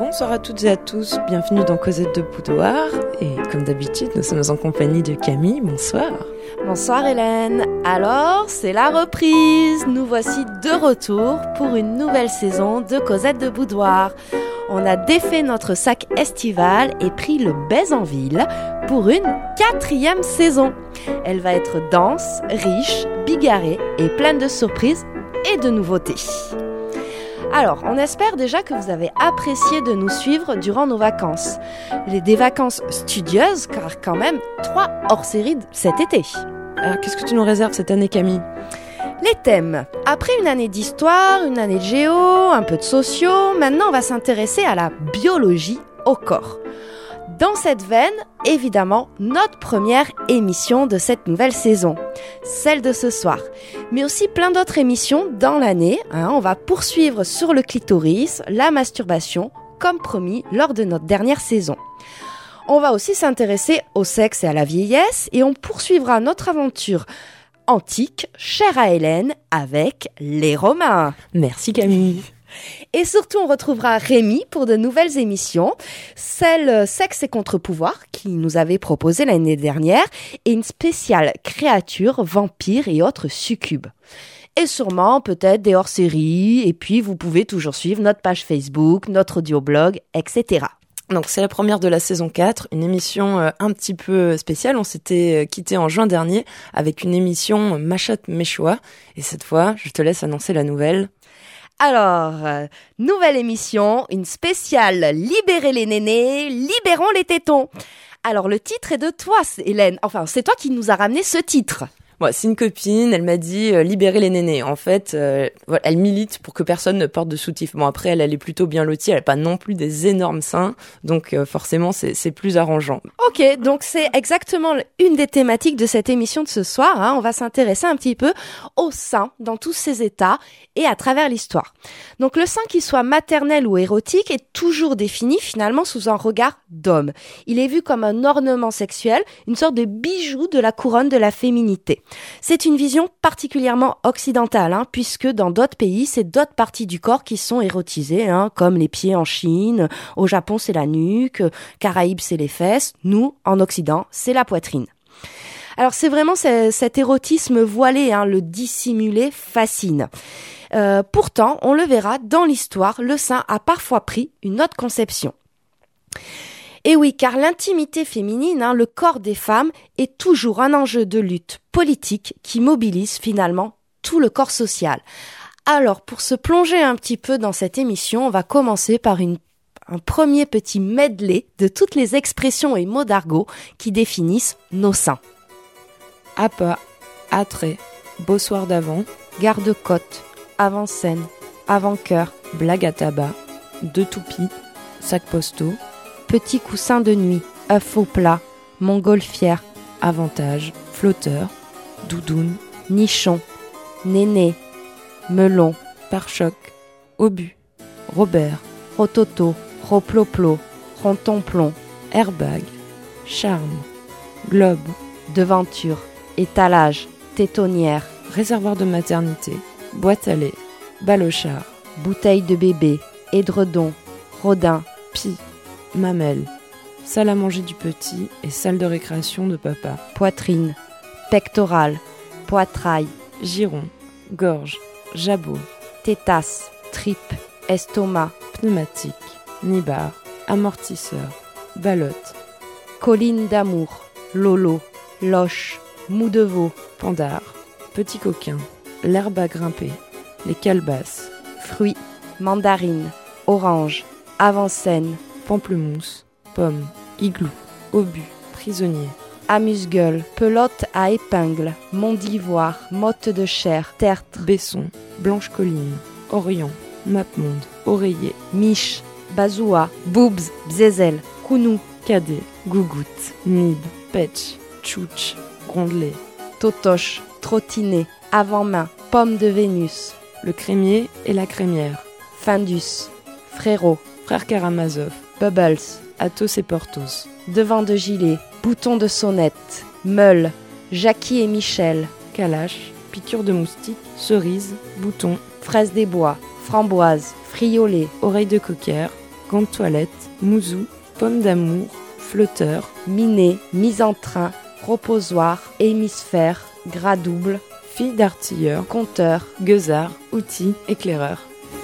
Bonsoir à toutes et à tous, bienvenue dans Cosette de Boudoir. Et comme d'habitude, nous sommes en compagnie de Camille. Bonsoir. Bonsoir Hélène. Alors, c'est la reprise. Nous voici de retour pour une nouvelle saison de Cosette de Boudoir. On a défait notre sac estival et pris le bais en ville pour une 4e saison. Elle va être dense, riche, bigarrée et pleine de surprises et de nouveautés. Alors, on espère déjà que vous avez apprécié de nous suivre durant nos vacances. Des vacances studieuses, car quand même 3 hors-série cet été. Alors, qu'est-ce que tu nous réserves cette année, Camille ? Les thèmes. Après une année d'histoire, une année de géo, un peu de sociaux, maintenant on va s'intéresser à la biologie au corps. Dans cette veine, évidemment, notre première émission de cette nouvelle saison, celle de ce soir. Mais aussi plein d'autres émissions dans l'année. On va poursuivre sur le clitoris, la masturbation, comme promis lors de notre dernière saison. On va aussi s'intéresser au sexe et à la vieillesse et on poursuivra notre aventure antique, chère à Hélène, avec les Romains. Merci Camille. Et surtout, on retrouvera Rémi pour de nouvelles émissions, celle Sexe et contre-pouvoir qu'il nous avait proposé l'année dernière et une spéciale créature, vampire et autres succubes. Et sûrement peut-être des hors-séries et puis vous pouvez toujours suivre notre page Facebook, notre audioblog, etc. Donc c'est la première de la saison 4, une émission un petit peu spéciale. On s'était quitté en juin dernier avec une émission Machat Méchoua. Et cette fois, je te laisse annoncer la nouvelle. Alors, nouvelle émission, une spéciale Libérez les nénés, libérons les tétons. Alors le titre est de toi, Hélène. Enfin, c'est toi qui nous a ramené ce titre. Bon, c'est une copine, elle m'a dit libérer les nénés. En fait, elle milite pour que personne ne porte de soutif. Bon, après, elle est plutôt bien lotie, elle n'a pas non plus des énormes seins, donc forcément, c'est plus arrangeant. Ok, donc c'est exactement une des thématiques de cette émission de ce soir. On va s'intéresser un petit peu au sein dans tous ses états et à travers l'histoire. Donc le sein, qu'il soit maternel ou érotique, est toujours défini finalement sous un regard d'homme. Il est vu comme un ornement sexuel, une sorte de bijou de la couronne de la féminité. C'est une vision particulièrement occidentale, puisque dans d'autres pays, c'est d'autres parties du corps qui sont érotisées, comme les pieds en Chine, au Japon c'est la nuque, Caraïbes c'est les fesses, nous, en Occident, c'est la poitrine. Alors c'est vraiment cet érotisme voilé, le dissimulé fascine. Pourtant, on le verra dans l'histoire, le sein a parfois pris une autre conception. Et oui, car l'intimité féminine, le corps des femmes, est toujours un enjeu de lutte politique qui mobilise finalement tout le corps social. Alors, pour se plonger un petit peu dans cette émission, on va commencer par un premier petit medley de toutes les expressions et mots d'argot qui définissent nos seins. Appât, attrait, beau soir d'avant, garde-côte, avant-scène, avant-cœur, blague à tabac, deux toupies, sacs postaux, petit coussin de nuit, œuf au plat, montgolfière, avantage, flotteur, doudoune, nichon, néné, melon, pare-choc, obus, Robert, rototo, roploplo, ronton-plomb, airbag, charme, globe, devanture, étalage, tétonnière, réservoir de maternité, boîte à lait, balochard, bouteille de bébé, édredon, rodin, pie, mamelle, salle à manger du petit et salle de récréation de papa, poitrine, pectoral, poitrail, giron, gorge, jabot, tétasse, tripe, estomac, pneumatique, nibar, amortisseur, ballotte, colline d'amour, lolo, loche, mou de veau, pandard, petit coquin, l'herbe à grimper, les calebasses, fruits, mandarine, orange, avant-scène, pamplemousse, pomme, igloo, obus, prisonnier, amuse-gueule, pelote à épingle, mont d'ivoire, motte de chair, tertre, besson, blanche colline, orient, mapmonde, oreiller, miche, bazoua, boobs, bzézel, kounou, cadet, gougoute, nib, petch, tchouch, rondelet, totoche, trottinet, avant-main, pomme de Vénus, le crémier et la crémière, Findus, frérot, frère Karamazov, Bubbles, Athos et Porthos, devant de gilet, bouton de sonnette, meule, Jackie et Michel, calache, piqûre de moustique, cerise, bouton, fraise des bois, framboise, friolet, oreille de cocker, gants de toilette, mouzou, pomme d'amour, flotteur, minet, mise en train, reposoir, hémisphère, gras double, fille d'artilleur, compteur, gueusard, outil, éclaireur.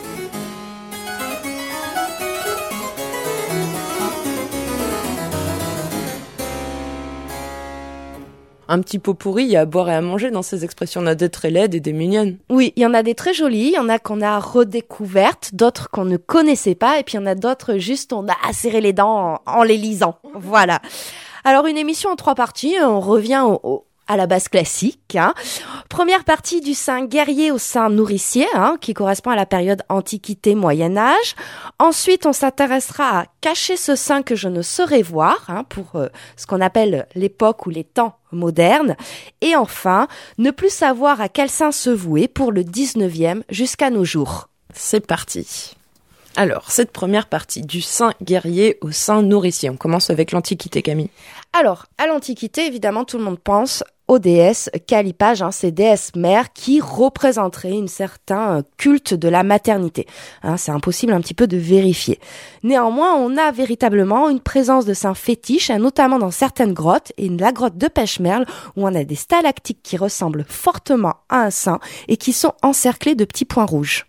Un petit pot pourri, il y a à boire et à manger dans ces expressions. On a des très laides et des mignonnes. Oui, il y en a des très jolies, il y en a qu'on a redécouvertes, d'autres qu'on ne connaissait pas, et puis il y en a d'autres juste on a serré les dents en les lisant. Voilà. Alors une émission en 3 parties, on revient à la base classique. Première partie du saint guerrier au saint nourricier, qui correspond à la période Antiquité Moyen-Âge. Ensuite, on s'intéressera à cacher ce saint que je ne saurais voir, pour ce qu'on appelle l'époque ou les temps modernes. Et enfin, ne plus savoir à quel saint se vouer pour le 19e jusqu'à nos jours. C'est parti. Alors, cette première partie, du saint guerrier au saint nourricier. On commence avec l'Antiquité, Camille. Alors, à l'Antiquité, évidemment, tout le monde pense aux déesses Calipage, ces déesses mères qui représenteraient un certain culte de la maternité. C'est impossible un petit peu de vérifier. Néanmoins, on a véritablement une présence de saints fétiches, notamment dans certaines grottes, et la grotte de Pêche-Merle, où on a des stalactites qui ressemblent fortement à un saint et qui sont encerclés de petits points rouges.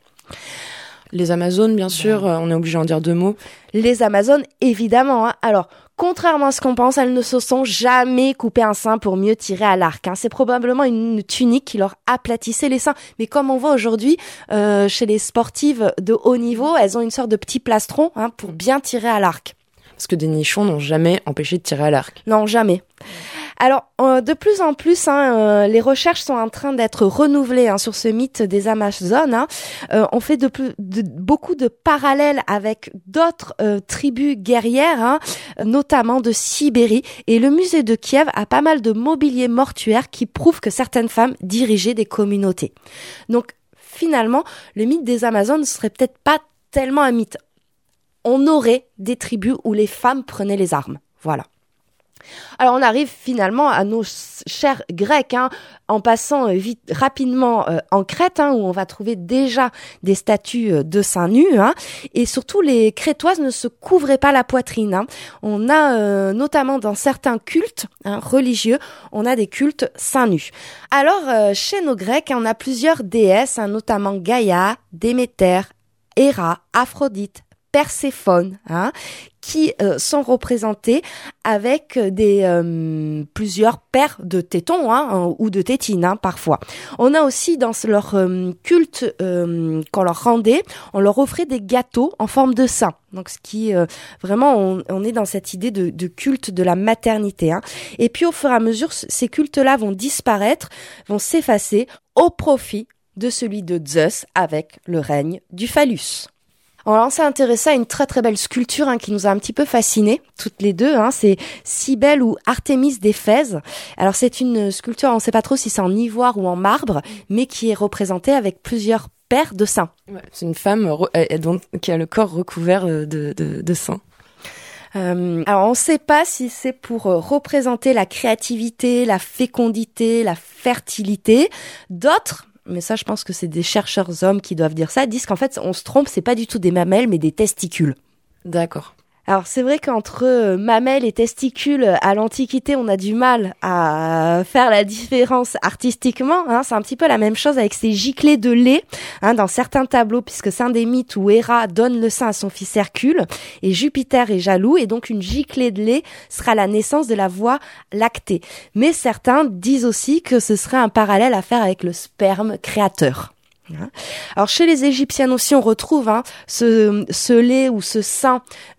Les Amazones, bien sûr, on est obligé d'en dire 2 mots. Les Amazones, évidemment. Alors, contrairement à ce qu'on pense, elles ne se sont jamais coupées un sein pour mieux tirer à l'arc. C'est probablement une tunique qui leur aplatissait les seins. Mais comme on voit aujourd'hui, chez les sportives de haut niveau, elles ont une sorte de petit plastron pour bien tirer à l'arc. Parce que des nichons n'ont jamais empêché de tirer à l'arc. Non, jamais. Alors, de plus en plus, les recherches sont en train d'être renouvelées sur ce mythe des Amazones. On fait beaucoup de parallèles avec d'autres tribus guerrières, notamment de Sibérie. Et le musée de Kiev a pas mal de mobilier mortuaire qui prouve que certaines femmes dirigeaient des communautés. Donc, finalement, le mythe des Amazones ne serait peut-être pas tellement un mythe. On aurait des tribus où les femmes prenaient les armes. Voilà. Alors on arrive finalement à nos chers Grecs, en passant rapidement en Crète, où on va trouver déjà des statues de seins nus, et surtout les Crétoises ne se couvraient pas la poitrine. On a notamment dans certains cultes religieux, on a des cultes seins nus. Alors chez nos Grecs, on a plusieurs déesses, notamment Gaïa, Déméter, Héra, Aphrodite, Perséphone, qui sont représentées avec plusieurs paires de tétons ou de tétines parfois. On a aussi dans leur culte qu'on leur rendait, on leur offrait des gâteaux en forme de sein. Donc ce qui vraiment on est dans cette idée de culte de la maternité. Et puis au fur et à mesure, ces cultes-là vont disparaître, vont s'effacer au profit de celui de Zeus avec le règne du phallus. On s'est intéressé à une très très belle sculpture qui nous a un petit peu fascinés, toutes les deux. C'est Cybèle ou Artémis d'Éphèse. Alors c'est une sculpture, on ne sait pas trop si c'est en ivoire ou en marbre, mais qui est représentée avec plusieurs paires de seins. Ouais, c'est une femme qui a le corps recouvert de seins. Alors on ne sait pas si c'est pour représenter la créativité, la fécondité, la fertilité. D'autres, mais ça je pense que c'est des chercheurs hommes qui doivent dire ça, disent qu'en fait on se trompe, c'est pas du tout des mamelles mais des testicules. D'accord. Alors c'est vrai qu'entre mamelles et testicules à l'Antiquité, on a du mal à faire la différence artistiquement. C'est un petit peu la même chose avec ces giclées de lait dans certains tableaux, puisque c'est un des mythes où Héra donne le sein à son fils Hercule et Jupiter est jaloux et donc une giclée de lait sera la naissance de la Voie lactée. Mais certains disent aussi que ce serait un parallèle à faire avec le sperme créateur. Alors chez les Égyptiennes aussi on retrouve ce lait ou ce sein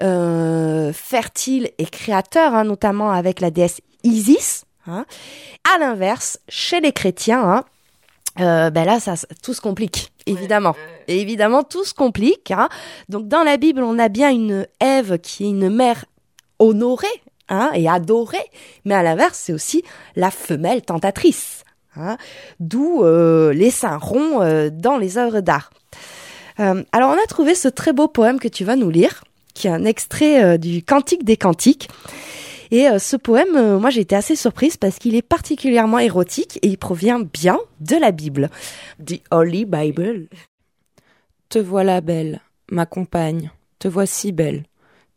fertile et créateur, notamment avec la déesse Isis. À l'inverse, chez les chrétiens, là ça tout se complique, évidemment. Et évidemment tout se complique. Donc dans la Bible on a bien une Ève qui est une mère honorée et adorée, mais à l'inverse c'est aussi la femelle tentatrice. D'où les seins ronds dans les œuvres d'art. Alors on a trouvé ce très beau poème que tu vas nous lire, qui est un extrait du Cantique des Cantiques. Et ce poème, moi j'ai été assez surprise parce qu'il est particulièrement érotique et il provient bien de la Bible. The Holy Bible. Te voilà belle, ma compagne, te vois si belle,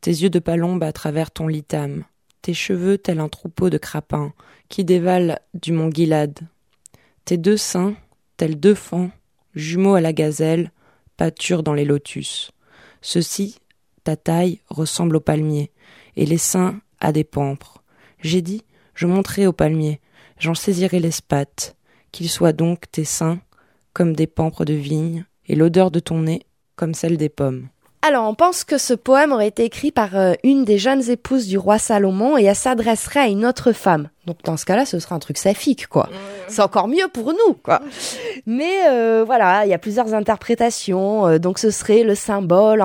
tes yeux de palombe à travers ton litame, tes cheveux tel un troupeau de crapins qui dévalent du mont Gilad, tes deux seins tels deux fans, jumeaux à la gazelle, pâturent dans les lotus. Ceux-ci, ta taille, ressemble au palmier, et les seins à des pampres. J'ai dit, je monterai au palmier, j'en saisirai les spattes, qu'ils soient donc tes seins comme des pampres de vigne, et l'odeur de ton nez comme celle des pommes. Alors, on pense que ce poème aurait été écrit par une des jeunes épouses du roi Salomon et elle s'adresserait à une autre femme. Donc, dans ce cas-là, ce serait un truc saphique, quoi. C'est encore mieux pour nous, quoi. Mais voilà, il y a plusieurs interprétations. Donc, ce serait le symbole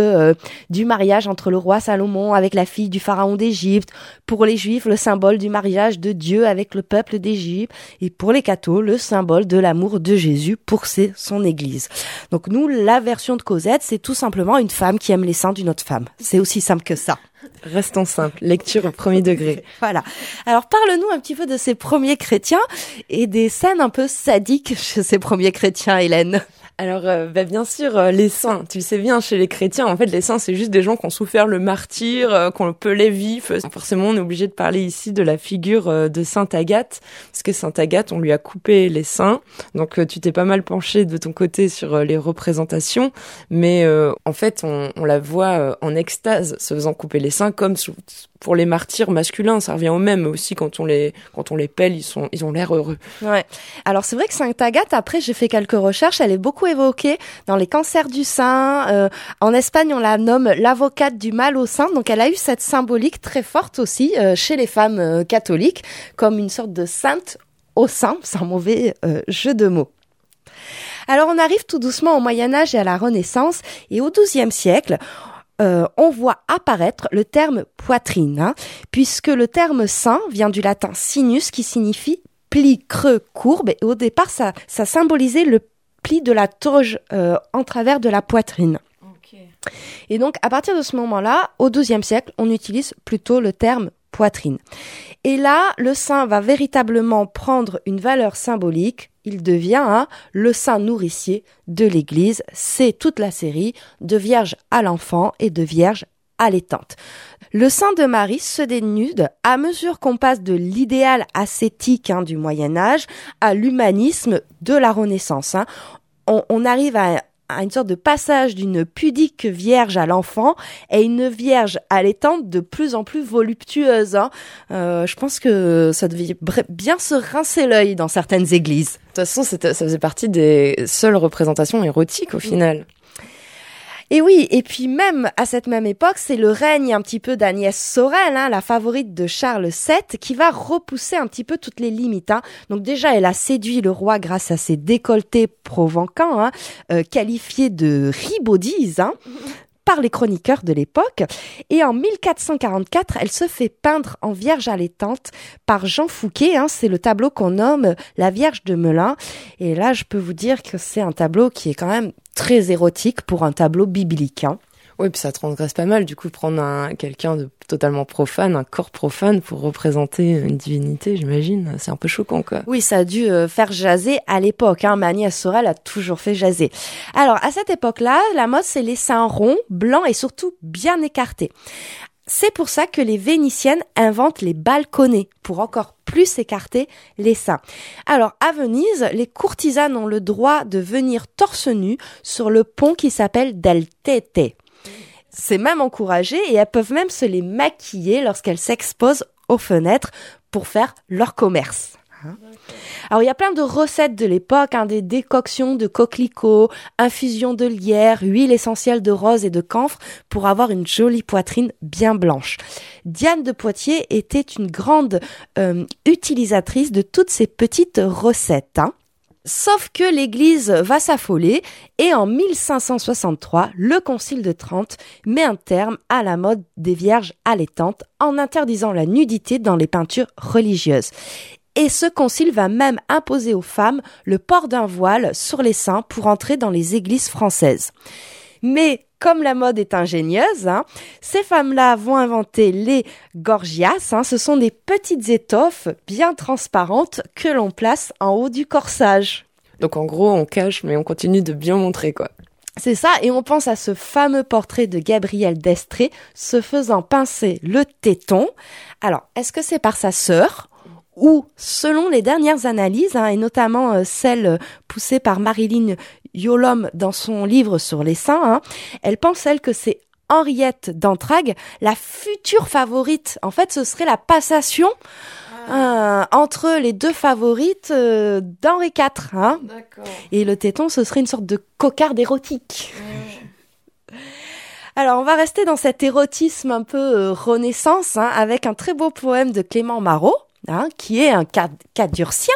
du mariage entre le roi Salomon avec la fille du pharaon d'Égypte. Pour les Juifs, le symbole du mariage de Dieu avec le peuple d'Égypte. Et pour les cathos, le symbole de l'amour de Jésus pour son Église. Donc, nous, la version de Cosette, c'est tout simplement une femme qui aime les seins d'une autre femme. C'est aussi simple que ça. Restons simples, lecture au premier degré. Voilà. Alors parle-nous un petit peu de ces premiers chrétiens et des scènes un peu sadiques chez ces premiers chrétiens, Hélène. Alors, bien sûr, les saints, tu le sais bien, chez les chrétiens, en fait, les saints, c'est juste des gens qui ont souffert le martyre, qu'on pelait vif. Forcément, on est obligé de parler ici de la figure de Sainte Agathe, parce que Sainte Agathe, on lui a coupé les seins. Donc, tu t'es pas mal penché de ton côté sur les représentations, mais en fait, on la voit en extase, se faisant couper les seins, comme pour les martyrs masculins, ça revient au même aussi quand on les pèle, ils ont l'air heureux. Ouais. Alors c'est vrai que Sainte Agathe, après j'ai fait quelques recherches, elle est beaucoup évoquée dans les cancers du sein. En Espagne, on la nomme l'avocate du mal au sein. Donc elle a eu cette symbolique très forte aussi chez les femmes catholiques, comme une sorte de sainte au sein, sans mauvais jeu de mots. Alors on arrive tout doucement au Moyen-Âge et à la Renaissance, et au XIIe siècle, on voit apparaître le terme poitrine, puisque le terme sein vient du latin sinus qui signifie pli, creux, courbe, et au départ ça symbolisait le pli de la toge en travers de la poitrine. Okay. Et donc à partir de ce moment-là, au XIIe siècle, on utilise plutôt le terme poitrine. Et là, le sein va véritablement prendre une valeur symbolique. Il devient le sein nourricier de l'Église. C'est toute la série de Vierge à l'enfant et de Vierge allaitante. Le sein de Marie se dénude à mesure qu'on passe de l'idéal ascétique du Moyen-Âge à l'humanisme de la Renaissance. On arrive à une sorte de passage d'une pudique vierge à l'enfant et une vierge allaitante de plus en plus voluptueuse. Je pense que ça devait bien se rincer l'œil dans certaines églises. De toute façon, ça faisait partie des seules représentations érotiques au final. Et oui, et puis même à cette même époque, c'est le règne un petit peu d'Agnès Sorel, la favorite de Charles VII, qui va repousser un petit peu toutes les limites. Donc déjà, elle a séduit le roi grâce à ses décolletés provoquants, qualifiés de ribaudises, par les chroniqueurs de l'époque. Et en 1444, elle se fait peindre en Vierge allaitante par Jean Fouquet. C'est le tableau qu'on nomme la Vierge de Melun. Et là, je peux vous dire que c'est un tableau qui est quand même très érotique pour un tableau biblique. Oui, puis ça transgresse pas mal, du coup, prendre quelqu'un de totalement profane, un corps profane pour représenter une divinité, j'imagine, c'est un peu choquant, quoi. Oui, ça a dû faire jaser à l'époque, mais Agnès Sorel a toujours fait jaser. Alors, à cette époque-là, la mode, c'est les seins ronds, blancs et surtout bien écartés. C'est pour ça que les Vénitiennes inventent les balconnets, pour encore plus écarter les seins. Alors, à Venise, les courtisanes ont le droit de venir torse nu sur le pont qui s'appelle del Tete. C'est même encouragé et elles peuvent même se les maquiller lorsqu'elles s'exposent aux fenêtres pour faire leur commerce. Alors il y a plein de recettes de l'époque, des décoctions de coquelicots, infusion de lierre, huile essentielle de rose et de camphre pour avoir une jolie poitrine bien blanche. Diane de Poitiers était une grande utilisatrice de toutes ces petites recettes. Sauf que l'Église va s'affoler et en 1563, le Concile de Trente met un terme à la mode des vierges allaitantes en interdisant la nudité dans les peintures religieuses. Et ce concile va même imposer aux femmes le port d'un voile sur les seins pour entrer dans les églises françaises. Mais comme la mode est ingénieuse, ces femmes-là vont inventer les gorgias. Ce sont des petites étoffes bien transparentes que l'on place en haut du corsage. Donc en gros, on cache, mais on continue de bien montrer, quoi. C'est ça, et on pense à ce fameux portrait de Gabriel d'Estrées se faisant pincer le téton. Alors, est-ce que c'est par sa sœur ou, selon les dernières analyses, et notamment celle poussée par Marilyn Yolom dans son livre sur les seins, elle pense, elle, que c'est Henriette d'Entragues, la future favorite. En fait, ce serait la passation entre les deux favorites d'Henri IV. D'accord. Et le téton, ce serait une sorte de cocarde érotique. Alors, on va rester dans cet érotisme un peu renaissance, avec un très beau poème de Clément Marot, qui est un cadurcien.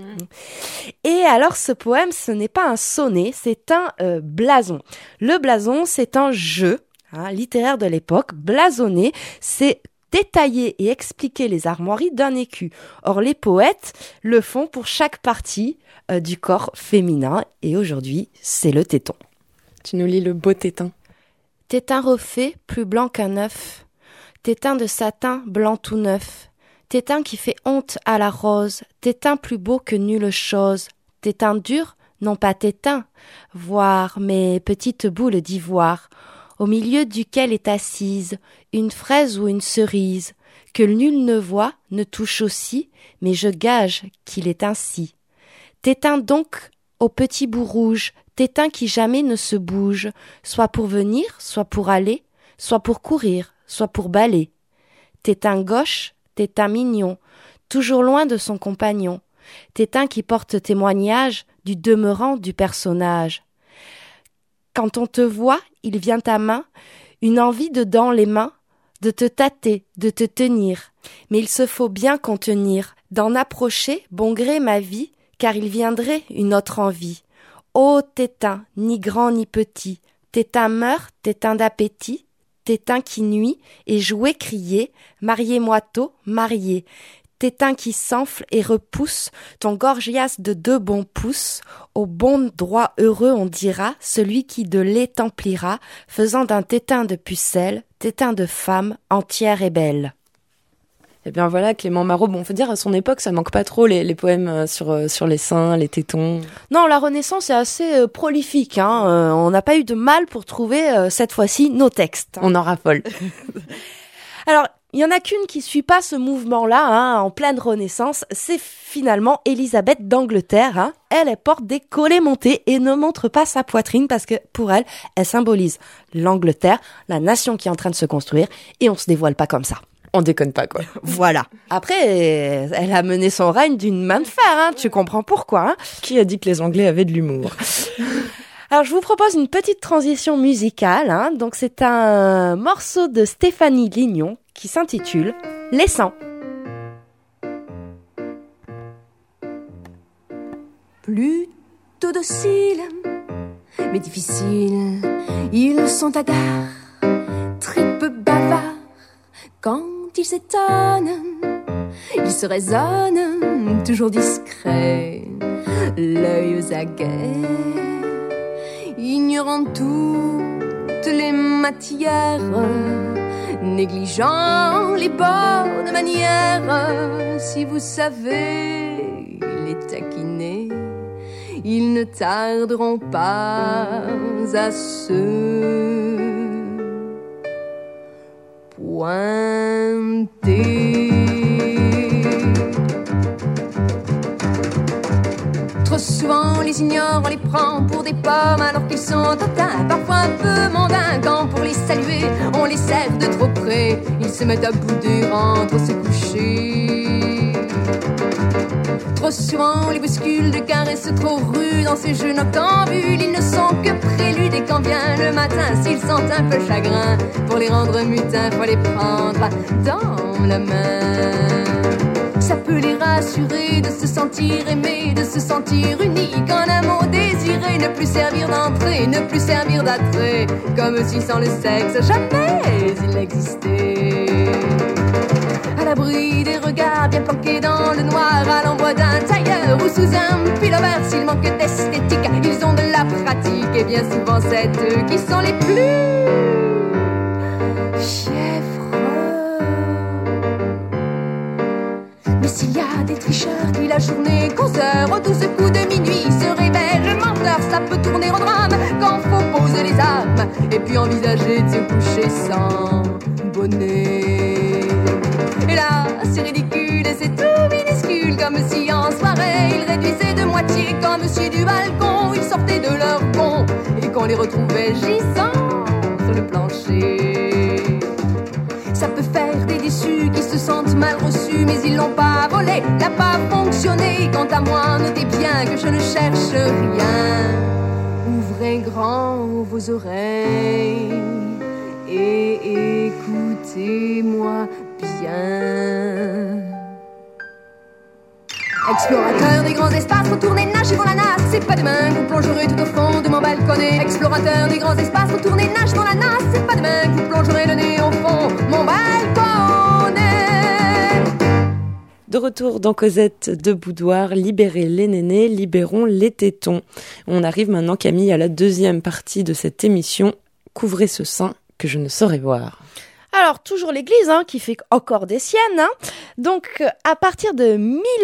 Et alors, ce poème, ce n'est pas un sonnet, c'est un blason. Le blason, c'est un jeu littéraire de l'époque. Blasonner, c'est détailler et expliquer les armoiries d'un écu. Or, les poètes le font pour chaque partie du corps féminin. Et aujourd'hui, c'est le téton. Tu nous lis le beau tétin. Tétin refait, plus blanc qu'un œuf. Tétin de satin, blanc tout neuf. Tétin qui fait honte à la rose. Tétin plus beau que nulle chose. Tétin dur, non pas tétin, voir mes petites boules d'ivoire, au milieu duquel est assise une fraise ou une cerise, que nul ne voit, ne touche aussi, mais je gage qu'il est ainsi. Tétin donc au petit bout rouge, tétin qui jamais ne se bouge, soit pour venir, soit pour aller, soit pour courir, soit pour bâler. Tétin gauche, tétin mignon, toujours loin de son compagnon, tétin qui porte témoignage du demeurant du personnage. Quand on te voit, il vient ta main, une envie de dans les mains, de te tâter, de te tenir. Mais il se faut bien contenir, d'en approcher, bon gré ma vie, car il viendrait une autre envie. Ô tétin, ni grand ni petit, tétin meurt, tétin d'appétit, tétin qui nuit, et jouer crier, mariez-moi tôt, mariez. Tétin qui s'enfle et repousse ton gorgias de 2 bons pouces, au bon droit heureux on dira, celui qui de lait t'emplira, faisant d'un tétin de pucelle, tétin de femme entière et belle. Eh bien voilà, Clément Marot, bon, on peut dire à son époque, ça manque pas trop les poèmes sur les seins, les tétons. Non, la Renaissance est assez prolifique, on n'a pas eu de mal pour trouver cette fois-ci nos textes. On en raffole. Alors, il y en a qu'une qui suit pas ce mouvement-là, en pleine Renaissance, c'est finalement Élisabeth d'Angleterre. Elle porte des collets montés et ne montre pas sa poitrine parce que pour elle, elle symbolise l'Angleterre, la nation qui est en train de se construire, et on se dévoile pas comme ça. On déconne pas, quoi. Voilà. Après, elle a mené son règne d'une main de fer, tu comprends pourquoi. Qui a dit que les Anglais avaient de l'humour? Alors, je vous propose une petite transition musicale. Donc, c'est un morceau de Stéphanie Lignon qui s'intitule « Les sangs ». Plutôt dociles, mais difficiles, ils sont hagards, très peu bavards. Quand ils s'étonnent, ils se raisonnent, toujours discrets, l'œil aux aguets, ignorant toutes les matières, négligeant les bonnes manières. Si vous savez les taquiner, ils ne tarderont pas à se pointer. Trop souvent on les ignore, on les prend pour des pommes alors qu'ils sont atteints, parfois un peu mondains. Quand pour les saluer, on les serre de trop près, ils se mettent à bout du ventre, se coucher. Trop souvent on les bouscule de caresses trop rudes dans ces jeux noctambules. Ils ne sont que préludes et quand vient le matin, s'ils sentent un peu chagrin, pour les rendre mutins, faut les prendre dans la main. Ça peut les rassurer de se sentir aimés, de se sentir uniques en un mot désiré, ne plus servir d'entrée, ne plus servir d'attrait, comme si sans le sexe jamais il n'existait. À l'abri des regards bien planqués dans le noir, à l'ombre d'un tailleur ou sous un pullover, s'ils manquent d'esthétique, ils ont de la pratique, et bien souvent c'est eux qui sont les plus fiévreux. Mais s'il y a des tricheurs qui la journée, 11 heures aux 12 coups de minuit se révèlent menteurs, ça peut tourner au drame. quand faut poser les armes et puis envisager de se coucher sans bonnet. Et là, c'est ridicule et c'est tout minuscule, comme si en soirée ils réduisaient de moitié comme si du balcon ils sortaient de leur pont et qu'on les retrouvait gisant sur le plancher. Ça peut faire des déçus qui se sentent mal reçus, mais ils l'ont pas volé, n'a pas fonctionné. Quant à moi, notez bien que je ne cherche rien. Ouvrez grand vos oreilles et écoutez-moi bien. Explorateur des grands espaces, retournez nager dans la nasse. C'est pas demain que vous plongerez tout au fond de mon balconnet. Explorateur des grands espaces, retournez nager dans la nasse. C'est pas demain que vous plongerez le nez au fond de mon balconnet. De retour dans Cosette de Boudoir, libérez les nénés, libérons les tétons. On arrive maintenant, Camille, à la deuxième partie de cette émission. Couvrez ce sein que je ne saurais voir. Alors, toujours l'Église, qui fait encore des siennes. Donc, à partir de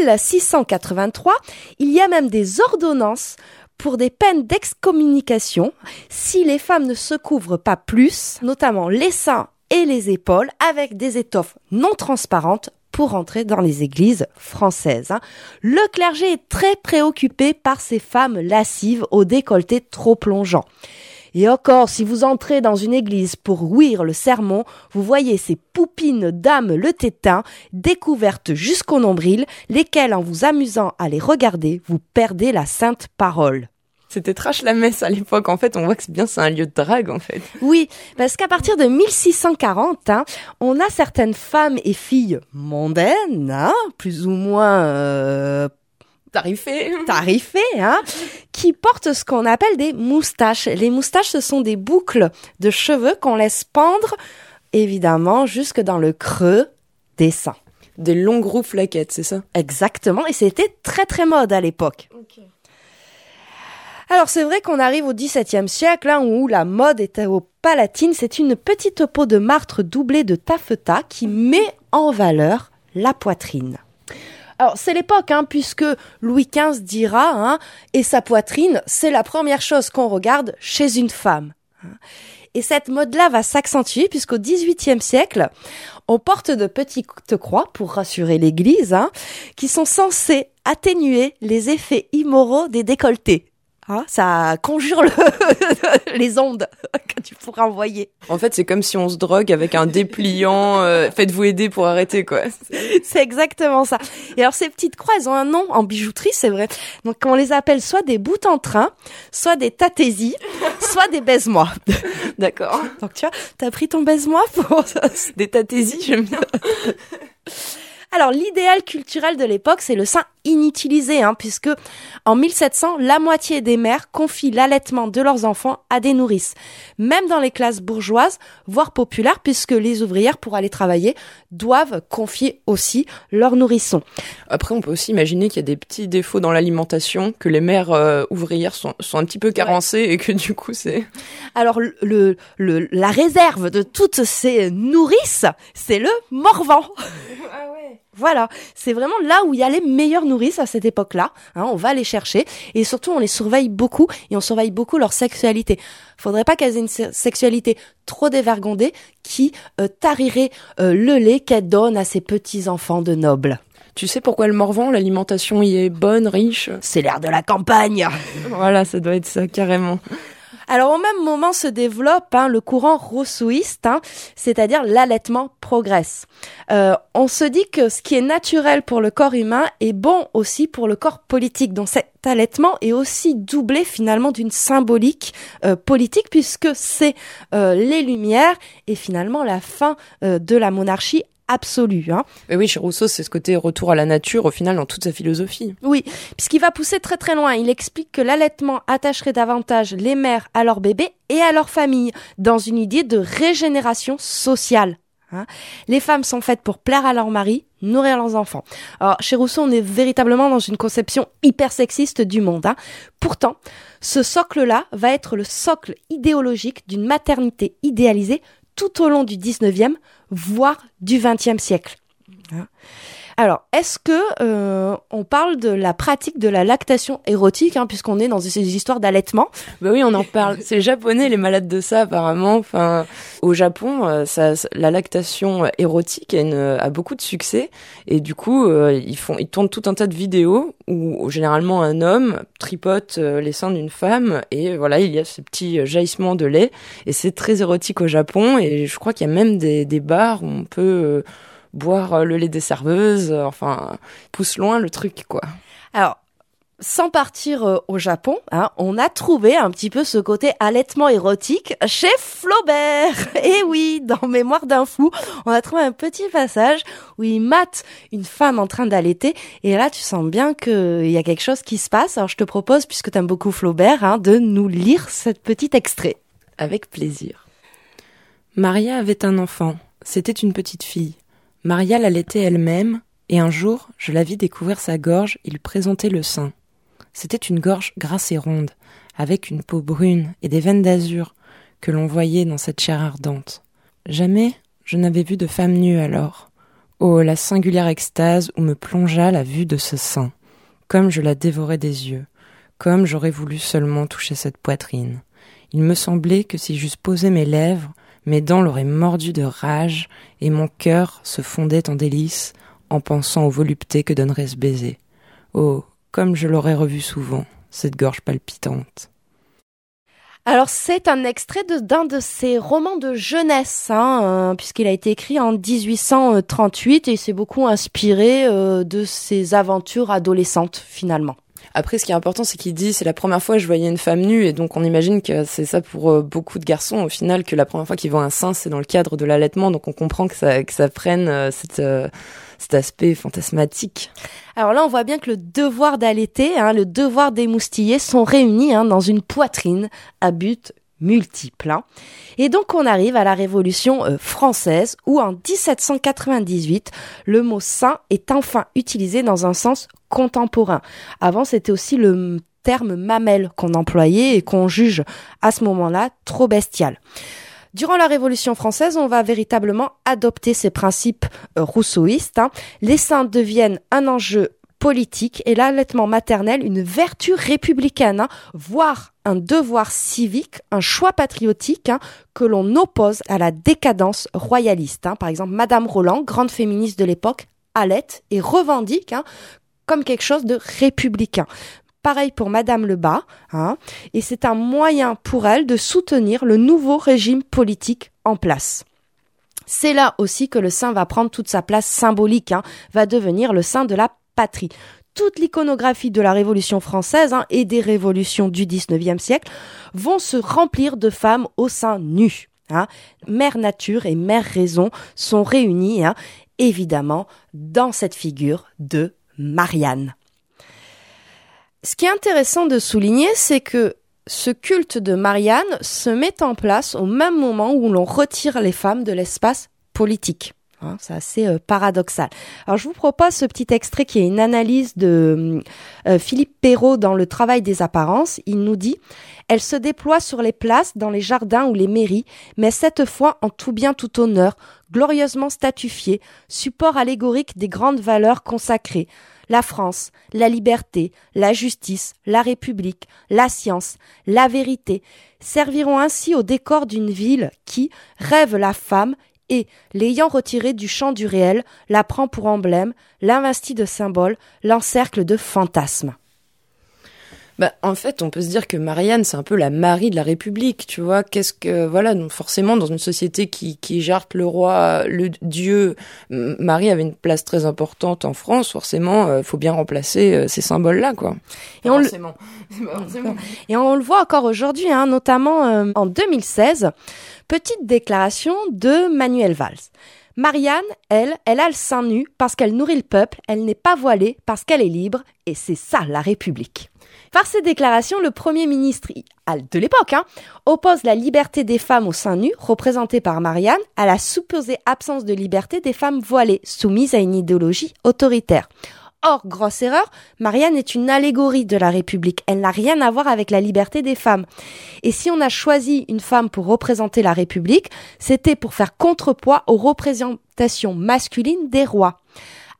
1683, il y a même des ordonnances pour des peines d'excommunication si les femmes ne se couvrent pas plus, notamment les seins et les épaules, avec des étoffes non transparentes pour entrer dans les églises françaises. Le clergé est très préoccupé par ces femmes lascives au décolleté trop plongeant. Et encore, si vous entrez dans une église pour ouïr le sermon, vous voyez ces poupines d'âme le tétin, découvertes jusqu'au nombril, lesquelles, en vous amusant à les regarder, vous perdez la sainte parole. C'était trash la messe à l'époque. En fait, on voit que c'est un lieu de drague, en fait. Oui, parce qu'à partir de 1640, on a certaines femmes et filles mondaines, plus ou moins tarifées, qui portent ce qu'on appelle des moustaches. Les moustaches, ce sont des boucles de cheveux qu'on laisse pendre, évidemment, jusque dans le creux des seins. Des longues rouflaquettes, c'est ça? Exactement, et c'était très très mode à l'époque. Okay. Alors c'est vrai qu'on arrive au XVIIe siècle, où la mode était au Palatine. C'est une petite peau de martre doublée de taffetas qui met en valeur la poitrine. Alors c'est l'époque, puisque Louis XV dira, et sa poitrine, c'est la première chose qu'on regarde chez une femme. Et cette mode-là va s'accentuer puisqu'au XVIIIe siècle, on porte de petites croix pour rassurer l'Église, qui sont censées atténuer les effets immoraux des décolletés. Ça conjure les ondes que tu pourras envoyer. En fait, c'est comme si on se drogue avec un dépliant. Faites-vous aider pour arrêter, quoi. C'est exactement ça. Et alors, ces petites croix, elles ont un nom en bijouterie, c'est vrai. Donc, on les appelle soit des bouts en train, soit des tatésies, soit des baise-moi. D'accord. Donc, tu vois, t'as pris ton baise-moi pour des tatésies, j'aime bien. Alors, l'idéal culturel de l'époque, c'est le sein inutilisé, puisque en 1700, la moitié des mères confient l'allaitement de leurs enfants à des nourrices. Même dans les classes bourgeoises, voire populaires, puisque les ouvrières, pour aller travailler, doivent confier aussi leurs nourrissons. Après, on peut aussi imaginer qu'il y a des petits défauts dans l'alimentation, que les mères ouvrières sont un petit peu carencées et que du coup, c'est... Alors, la réserve de toutes ces nourrices, c'est le Morvan. Ah ouais. Voilà, c'est vraiment là où il y a les meilleures nourrices à cette époque-là. On va les chercher et surtout on les surveille beaucoup et on surveille beaucoup leur sexualité. Faudrait pas qu'elles aient une sexualité trop dévergondée qui tarirait le lait qu'elles donnent à ces petits enfants de nobles. Tu sais pourquoi le Morvan, l'alimentation y est bonne, riche? C'est l'air de la campagne. Voilà, ça doit être ça carrément. Alors au même moment se développe le courant rousseauiste, c'est-à-dire l'allaitement progresse. On se dit que ce qui est naturel pour le corps humain est bon aussi pour le corps politique. Donc cet allaitement est aussi doublé finalement d'une symbolique politique puisque c'est les Lumières et finalement la fin de la monarchie absolue. Mais oui, chez Rousseau, c'est ce côté retour à la nature, au final, dans toute sa philosophie. Oui, puisqu'il va pousser très très loin. Il explique que l'allaitement attacherait davantage les mères à leurs bébés et à leur famille, dans une idée de régénération sociale. Les femmes sont faites pour plaire à leur mari, nourrir leurs enfants. Alors, chez Rousseau, on est véritablement dans une conception hyper sexiste du monde. Pourtant, ce socle-là va être le socle idéologique d'une maternité idéalisée tout au long du 19e, voire du 20e siècle. Alors, est-ce que on parle de la pratique de la lactation érotique, puisqu'on est dans ces histoires d'allaitement? Bah oui, on en parle. C'est les Japonais, les malades de ça, apparemment. Enfin, au Japon, la lactation érotique a beaucoup de succès. Et du coup, ils tournent tout un tas de vidéos où généralement un homme tripote les seins d'une femme. Et voilà, il y a ce petit jaillissement de lait. Et c'est très érotique au Japon. Et je crois qu'il y a même des bars où on peut boire le lait des serveuses, pousse loin le truc, quoi. Alors, sans partir au Japon, on a trouvé un petit peu ce côté allaitement érotique chez Flaubert. Et oui, dans Mémoire d'un fou, on a trouvé un petit passage où il mate une femme en train d'allaiter. Et là, tu sens bien qu'il y a quelque chose qui se passe. Alors, je te propose, puisque tu aimes beaucoup Flaubert, de nous lire ce petit extrait. Avec plaisir. Maria avait un enfant. C'était une petite fille. Maria l'allaitait elle-même, et un jour, je la vis découvrir sa gorge, il présentait le sein. C'était une gorge grasse et ronde, avec une peau brune et des veines d'azur que l'on voyait dans cette chair ardente. Jamais je n'avais vu de femme nue alors. Oh, la singulière extase où me plongea la vue de ce sein, comme je la dévorais des yeux, comme j'aurais voulu seulement toucher cette poitrine. Il me semblait que si j'eusse posé mes lèvres, mes dents l'auraient mordu de rage et mon cœur se fondait en délices en pensant aux voluptés que donnerait ce baiser. Oh, comme je l'aurais revu souvent, cette gorge palpitante. Alors, c'est un extrait d'un de ses romans de jeunesse, puisqu'il a été écrit en 1838 et il s'est beaucoup inspiré de ses aventures adolescentes, finalement. Après, ce qui est important, c'est qu'il dit, c'est la première fois que je voyais une femme nue, et donc on imagine que c'est ça pour beaucoup de garçons, au final, que la première fois qu'ils voient un sein, c'est dans le cadre de l'allaitement, donc on comprend que ça prenne cet aspect fantasmatique. Alors là, on voit bien que le devoir d'allaiter, le devoir d'émoustiller sont réunis dans une poitrine à but multiple. Et donc on arrive à la Révolution française où en 1798, le mot sein est enfin utilisé dans un sens contemporain. Avant, c'était aussi le terme mamelle qu'on employait et qu'on juge à ce moment-là trop bestial. Durant la Révolution française, on va véritablement adopter ces principes rousseauistes. Les seins deviennent un enjeu politique et l'allaitement maternel une vertu républicaine, voire un devoir civique, un choix patriotique que l'on oppose à la décadence royaliste. Par exemple, Madame Roland, grande féministe de l'époque, allaite et revendique comme quelque chose de républicain. Pareil pour Madame Lebas, et c'est un moyen pour elle de soutenir le nouveau régime politique en place. C'est là aussi que le sein va prendre toute sa place symbolique, va devenir le sein de la patrie. Toute l'iconographie de la Révolution française et des révolutions du 19e siècle vont se remplir de femmes au sein nu. Mère Nature et Mère Raison sont réunies, évidemment, dans cette figure de Marianne. Ce qui est intéressant de souligner, c'est que ce culte de Marianne se met en place au même moment où l'on retire les femmes de l'espace politique. C'est assez paradoxal. Alors je vous propose ce petit extrait qui est une analyse de Philippe Perrault dans Le travail des apparences. Il nous dit « Elle se déploie sur les places, dans les jardins ou les mairies, mais cette fois en tout bien tout honneur, glorieusement statufiée, support allégorique des grandes valeurs consacrées. La France, la liberté, la justice, la République, la science, la vérité serviront ainsi au décor d'une ville qui rêve la femme et, l'ayant retirée du champ du réel, la prend pour emblème, l'investit de symbole, l'encercle de fantasmes. » En fait, on peut se dire que Marianne, c'est un peu la Marie de la République, tu vois. Donc forcément, dans une société qui jarte le roi, le dieu, Marie avait une place très importante en France, forcément, faut bien remplacer ces symboles-là, quoi. Et forcément. Et on le voit encore aujourd'hui, notamment en 2016, petite déclaration de Manuel Valls. Marianne, elle a le sein nu parce qu'elle nourrit le peuple, elle n'est pas voilée parce qu'elle est libre, et c'est ça la République. Par ces déclarations, le Premier ministre de l'époque oppose la liberté des femmes au sein nu, représentée par Marianne, à la supposée absence de liberté des femmes voilées, soumises à une idéologie autoritaire. Or, grosse erreur, Marianne est une allégorie de la République. Elle n'a rien à voir avec la liberté des femmes. Et si on a choisi une femme pour représenter la République, c'était pour faire contrepoids aux représentations masculines des rois.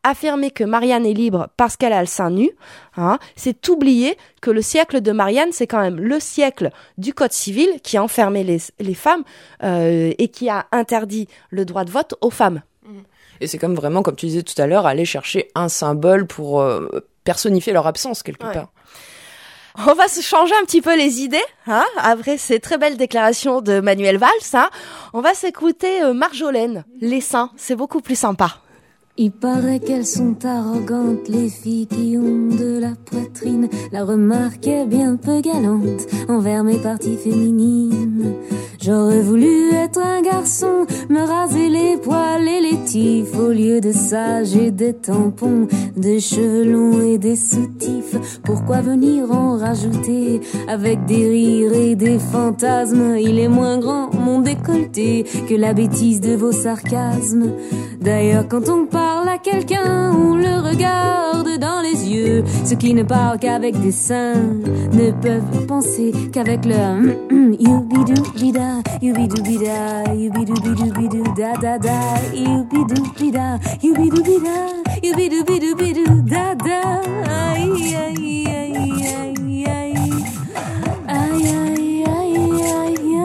affirmer que Marianne est libre parce qu'elle a le sein nu, hein, c'est oublier que le siècle de Marianne, c'est quand même le siècle du Code civil qui a enfermé les femmes et qui a interdit le droit de vote aux femmes. Et c'est comme vraiment, comme tu disais tout à l'heure, aller chercher un symbole pour personnifier leur absence quelque part. On va se changer un petit peu les idées, hein, après ces très belles déclarations de Manuel Valls, hein. On va s'écouter Marjolaine, les seins, c'est beaucoup plus sympa. Il paraît qu'elles sont arrogantes, les filles qui ont de la poitrine. La remarque est bien peu galante envers mes parties féminines. J'aurais voulu être un garçon, me raser les poils et les tifs. Au lieu de ça, j'ai des tampons, des cheveux longs et des soutifs. Pourquoi venir en rajouter avec des rires et des fantasmes? Il est moins grand, mon décolleté, que la bêtise de vos sarcasmes. D'ailleurs, quand on parle à quelqu'un, on le regarde dans les yeux. Ceux qui ne parlent qu'avec des seins ne peuvent penser qu'avec leur youbidou-bida, youbidou-bida, youbidou-bidou-bidou, da-da-da, youbidou-bida, youbidou-bida, youbidou-bidou-bidou, da-da, aïe, aïe, aïe, aïe, aïe, aïe, aïe, aïe, aïe.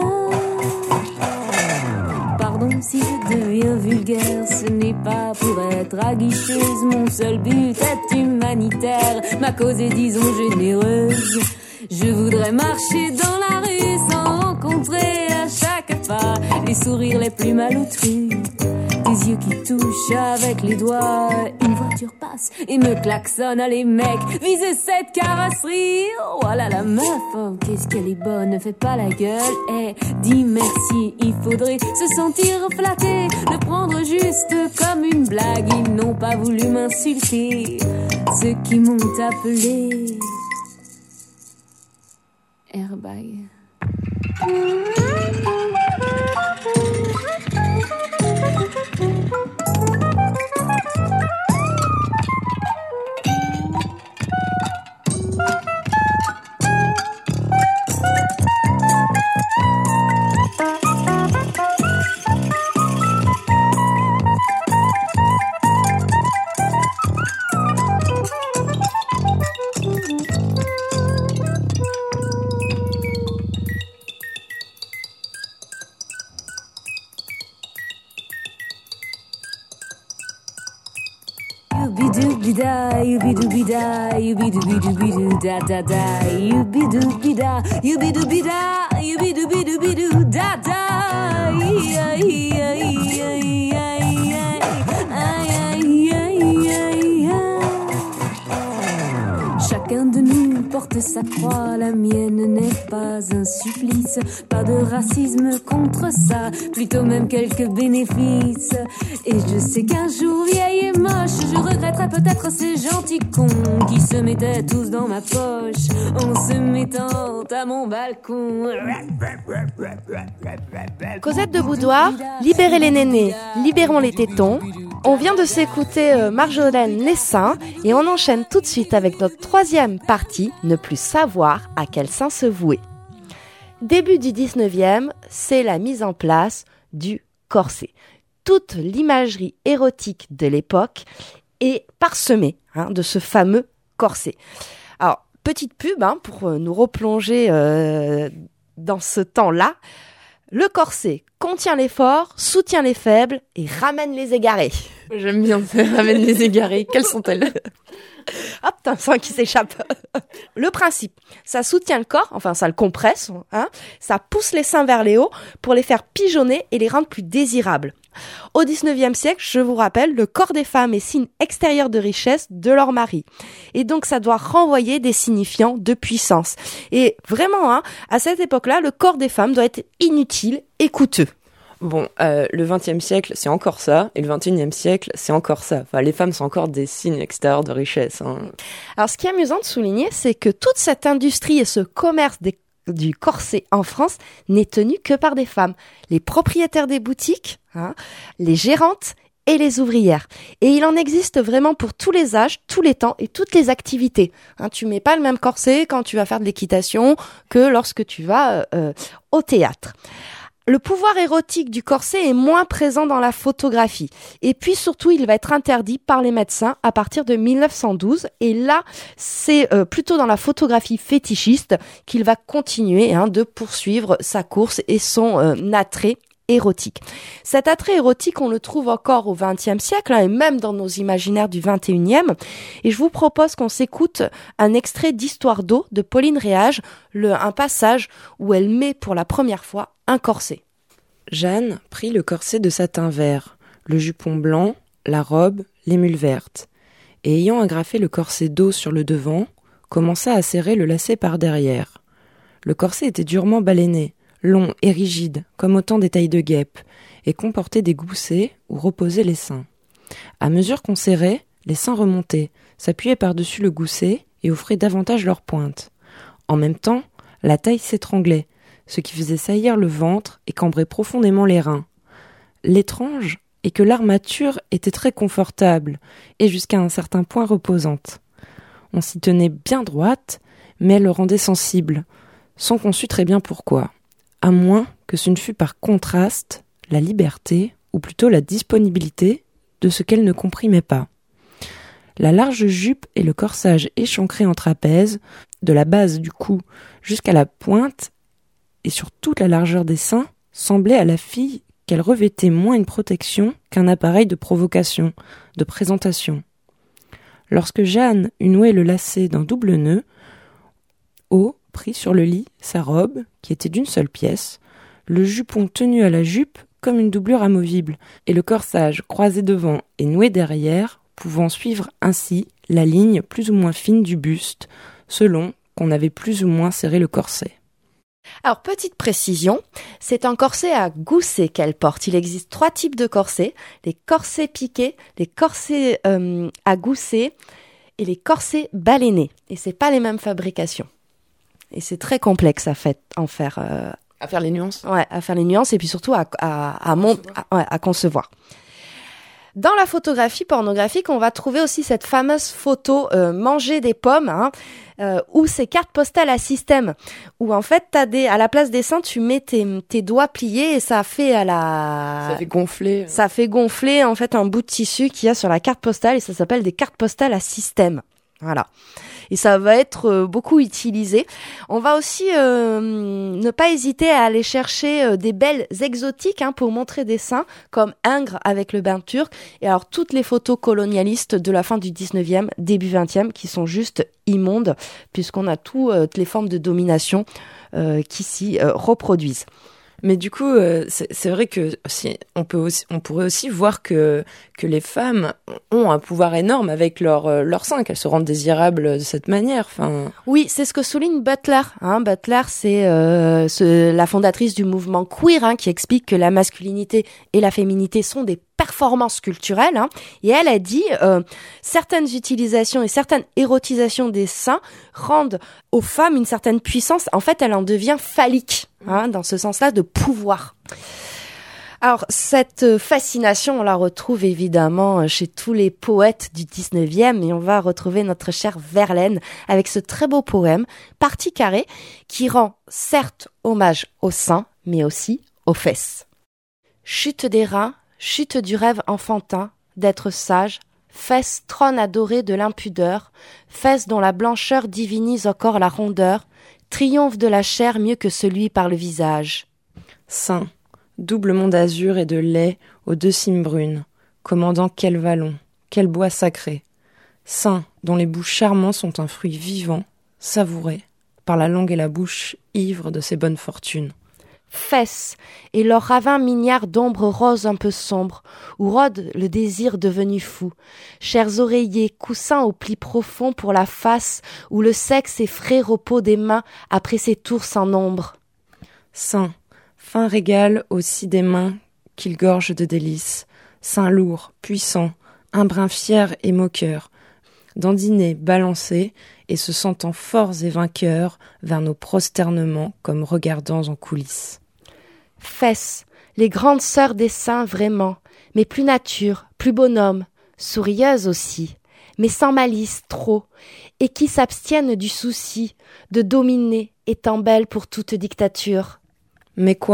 Pardon si je deviens vulgaire, ce n'est pas pour être aguicheuse. Mon seul but est humanitaire, ma cause est disons généreuse. Je voudrais marcher dans la rue sans rencontrer à chaque pas les sourires les plus malotrus, des yeux qui touchent avec les doigts. Une voiture passe et me klaxonne, allez mec, visez cette carrosserie. Oh là la meuf, oh, qu'est-ce qu'elle est bonne, ne fais pas la gueule, eh, dis merci. Il faudrait se sentir flatté, le prendre juste comme une blague. Ils n'ont pas voulu m'insulter, ceux qui m'ont appelé airbag. Youbidou-bida, youbidou-bida, youbidou-bidou-bidou, da-da-da, youbidou-bida, youbidou-bida, youbidou-bidou-bidou, da-da, aïe, aïe, aïe, aïe, aïe, aïe, aïe, aïe, aïe. Chacun de nous porte sa croix, la mienne n'est pas un supplice. Pas de racisme contre ça, plutôt même quelques bénéfices. Et je sais qu'un jour vieille et moche, je regretterai peut-être ces gentils cons qui se mettaient tous dans ma poche en se mettant à mon balcon. Cosette de Boudoir, libérez les nénés, libérons les tétons. On vient de s'écouter Marjolaine les seins et on enchaîne tout de suite avec notre troisième partie, ne plus savoir à quel sein se vouer. Début du 19e, c'est la mise en place du corset. Toute l'imagerie érotique de l'époque est parsemée de ce fameux corset. Alors, petite pub pour nous replonger dans ce temps-là. Le corset contient les forts, soutient les faibles et ramène les égarés. J'aime bien ça, ramène les égarés. Quelles sont-elles? Hop, t'as un sein qui s'échappe. Le principe, ça soutient le corps, enfin ça le compresse, ça pousse les seins vers les hauts pour les faire pigeonner et les rendre plus désirables. Au 19e siècle, je vous rappelle, le corps des femmes est signe extérieur de richesse de leur mari. Et donc ça doit renvoyer des signifiants de puissance. Et vraiment, à cette époque-là, le corps des femmes doit être inutile et coûteux. Bon, le 20e siècle, c'est encore ça, et le 21e siècle, c'est encore ça. Enfin, les femmes sont encore des signes extérieurs de richesse. Alors, ce qui est amusant de souligner, c'est que toute cette industrie et ce commerce du corset en France n'est tenu que par des femmes. Les propriétaires des boutiques, les gérantes et les ouvrières. Et il en existe vraiment pour tous les âges, tous les temps et toutes les activités. Tu mets pas le même corset quand tu vas faire de l'équitation que lorsque tu vas au théâtre. Le pouvoir érotique du corset est moins présent dans la photographie. Et puis surtout, il va être interdit par les médecins à partir de 1912. Et là, c'est plutôt dans la photographie fétichiste qu'il va continuer de poursuivre sa course et son attrait érotique. Cet attrait érotique, on le trouve encore au XXe siècle et même dans nos imaginaires du XXIe. Et je vous propose qu'on s'écoute un extrait d'Histoire d'eau de Pauline Réage, un passage où elle met pour la première fois un corset. Jeanne prit le corset de satin vert, le jupon blanc, la robe, les mules vertes, et ayant agrafé le corset d'eau sur le devant, commença à serrer le lacet par derrière. Le corset était durement baleiné, long et rigide, comme autant des tailles de guêpe, et comportait des goussets où reposaient les seins. À mesure qu'on serrait, les seins remontaient, s'appuyaient par-dessus le gousset et offraient davantage leur pointe. En même temps, la taille s'étranglait, ce qui faisait saillir le ventre et cambrait profondément les reins. L'étrange est que l'armature était très confortable et jusqu'à un certain point reposante. On s'y tenait bien droite, mais elle le rendait sensible, sans qu'on sût très bien pourquoi. À moins que ce ne fût par contraste la liberté, ou plutôt la disponibilité, de ce qu'elle ne comprimait pas. La large jupe et le corsage échancré en trapèze, de la base du cou jusqu'à la pointe, et sur toute la largeur des seins, semblaient à la fille qu'elle revêtait moins une protection qu'un appareil de provocation, de présentation. Lorsque Jeanne eut noué le lacet d'un double nœud, O prit sur le lit sa robe, qui était d'une seule pièce, le jupon tenu à la jupe comme une doublure amovible, et le corsage croisé devant et noué derrière, pouvant suivre ainsi la ligne plus ou moins fine du buste, selon qu'on avait plus ou moins serré le corset. Alors, petite précision, c'est un corset à gousset qu'elle porte. Il existe 3 types de corsets, les corsets piqués, les corsets à gousset et les corsets balénés. Et c'est pas les mêmes fabrications. Et c'est très complexe à faire les nuances. Ouais, à faire les nuances et puis surtout à concevoir. Dans la photographie pornographique, on va trouver aussi cette fameuse photo manger des pommes, ou ces cartes postales à système, où en fait à la place des seins, tu mets tes doigts pliés et ça fait gonfler. Ça fait gonfler en fait un bout de tissu qu'il y a sur la carte postale et ça s'appelle des cartes postales à système. Voilà. Et ça va être beaucoup utilisé. On va aussi ne pas hésiter à aller chercher des belles exotiques pour montrer des seins, comme Ingres avec le bain turc. Et alors toutes les photos colonialistes de la fin du 19e, début 20e, qui sont juste immondes, puisqu'on a toutes les formes de domination qui s'y reproduisent. Mais du coup, c'est vrai que on pourrait aussi voir que les femmes ont un pouvoir énorme avec leur sein, qu'elles se rendent désirables de cette manière. Enfin. Oui, c'est ce que souligne Butler. Butler, c'est la fondatrice du mouvement queer, qui explique que la masculinité et la féminité sont des performances culturelles. Et elle a dit certaines utilisations et certaines érotisations des seins rendent aux femmes une certaine puissance. En fait, elle en devient phallique, dans ce sens-là de pouvoir. Alors, cette fascination, on la retrouve évidemment chez tous les poètes du 19e et on va retrouver notre chère Verlaine avec ce très beau poème, Partie carrée, qui rend certes hommage aux seins, mais aussi aux fesses. Chute des reins, chute du rêve enfantin, d'être sage, fesses trône adorée de l'impudeur, fesses dont la blancheur divinise encore la rondeur, triomphe de la chair mieux que celui par le visage. Sein, doublement d'azur et de lait aux 2 cimes brunes, commandant quel vallon, quel bois sacré. Sein, dont les bouts charmants sont un fruit vivant, savouré, par la langue et la bouche ivres de ses bonnes fortunes. Fesses, et leur ravin mignard d'ombre rose un peu sombre, où rôde le désir devenu fou. Chers oreillers, coussins aux plis profonds pour la face, où le sexe effraie repos des mains après ses tours sans nombre. Sein, fin régal aussi des mains qu'il gorge de délices. Sein lourd, puissant, un brin fier et moqueur, dandinés, balancés, et se sentant forts et vainqueurs vers nos prosternements comme regardants en coulisses. Fesses, les grandes sœurs des seins vraiment, mais plus nature, plus bonhomme, sourieuses aussi, mais sans malice trop, et qui s'abstiennent du souci de dominer, étant belles pour toute dictature. Mais quoi,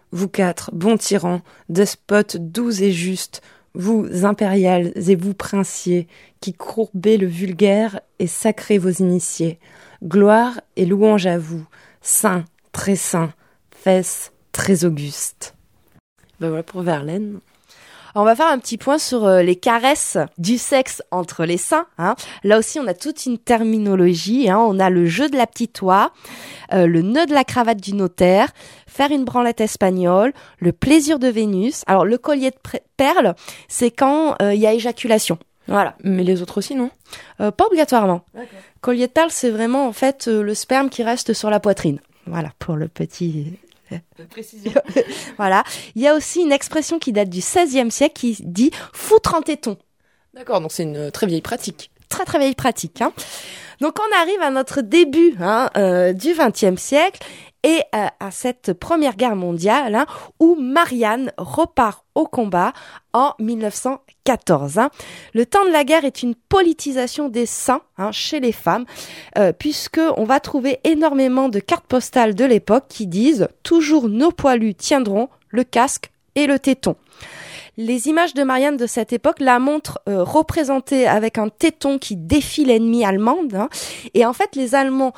vous quatre, bons tyrans, despotes doux et justes, vous impériales et vous princiers, qui courbez le vulgaire et sacrez vos initiés, gloire et louange à vous, saints, très saints, fesses, très augustes. Ben voilà pour Verlaine. On va faire un petit point sur les caresses du sexe entre les seins. Hein. Là aussi, on a toute une terminologie. Hein. On a le jeu de la petite oie, le nœud de la cravate du notaire, faire une branlette espagnole, le plaisir de Vénus. Alors, le collier de perles, c'est quand il y a éjaculation. Voilà. Mais les autres aussi, non ? Pas obligatoirement. D'accord. Collier de perles, c'est vraiment en fait le sperme qui reste sur la poitrine. Voilà, pour le petit... Précision. Voilà. Il y a aussi une expression qui date du XVIe siècle qui dit « foutre un téton ». D'accord, donc c'est une très vieille pratique. Très très vieille pratique. Hein. Donc on arrive à notre début du XXe siècle et à cette Première Guerre mondiale hein, où Marianne repart au combat en 1914. Hein. Le temps de la guerre est une politisation des seins hein, chez les femmes puisque on va trouver énormément de cartes postales de l'époque qui disent « Toujours nos poilus tiendront le casque et le téton ». Les images de Marianne de cette époque la montrent représentée avec un téton qui défie l'ennemi allemande. Hein, et en fait, les Allemands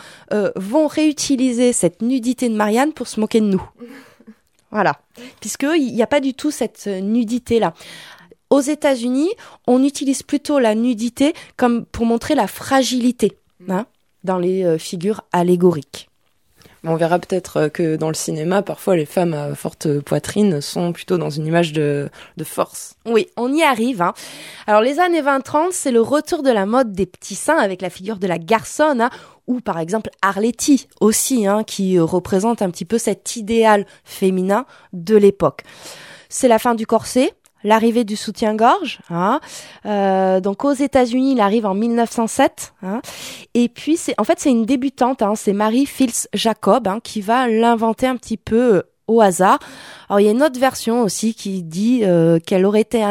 vont réutiliser cette nudité de Marianne pour se moquer de nous. Voilà. Puisqu'il n'y a pas du tout cette nudité-là. Aux États-Unis, on utilise plutôt la nudité comme pour montrer la fragilité hein, dans les figures allégoriques. On verra peut-être que dans le cinéma, parfois les femmes à forte poitrine sont plutôt dans une image de force. Oui, on y arrive. Hein. Alors les années 20-30, c'est le retour de la mode des petits seins avec la figure de la garçonne, hein, ou par exemple Arletty aussi, hein, qui représente un petit peu cet idéal féminin de l'époque. C'est la fin du corset. L'arrivée du soutien-gorge, hein. Donc aux États-Unis, il arrive en 1907. Hein. Et puis c'est une débutante, hein, c'est Mary Fields Jacob hein, qui va l'inventer un petit peu au hasard. Alors il y a une autre version aussi qui dit qu'il aurait été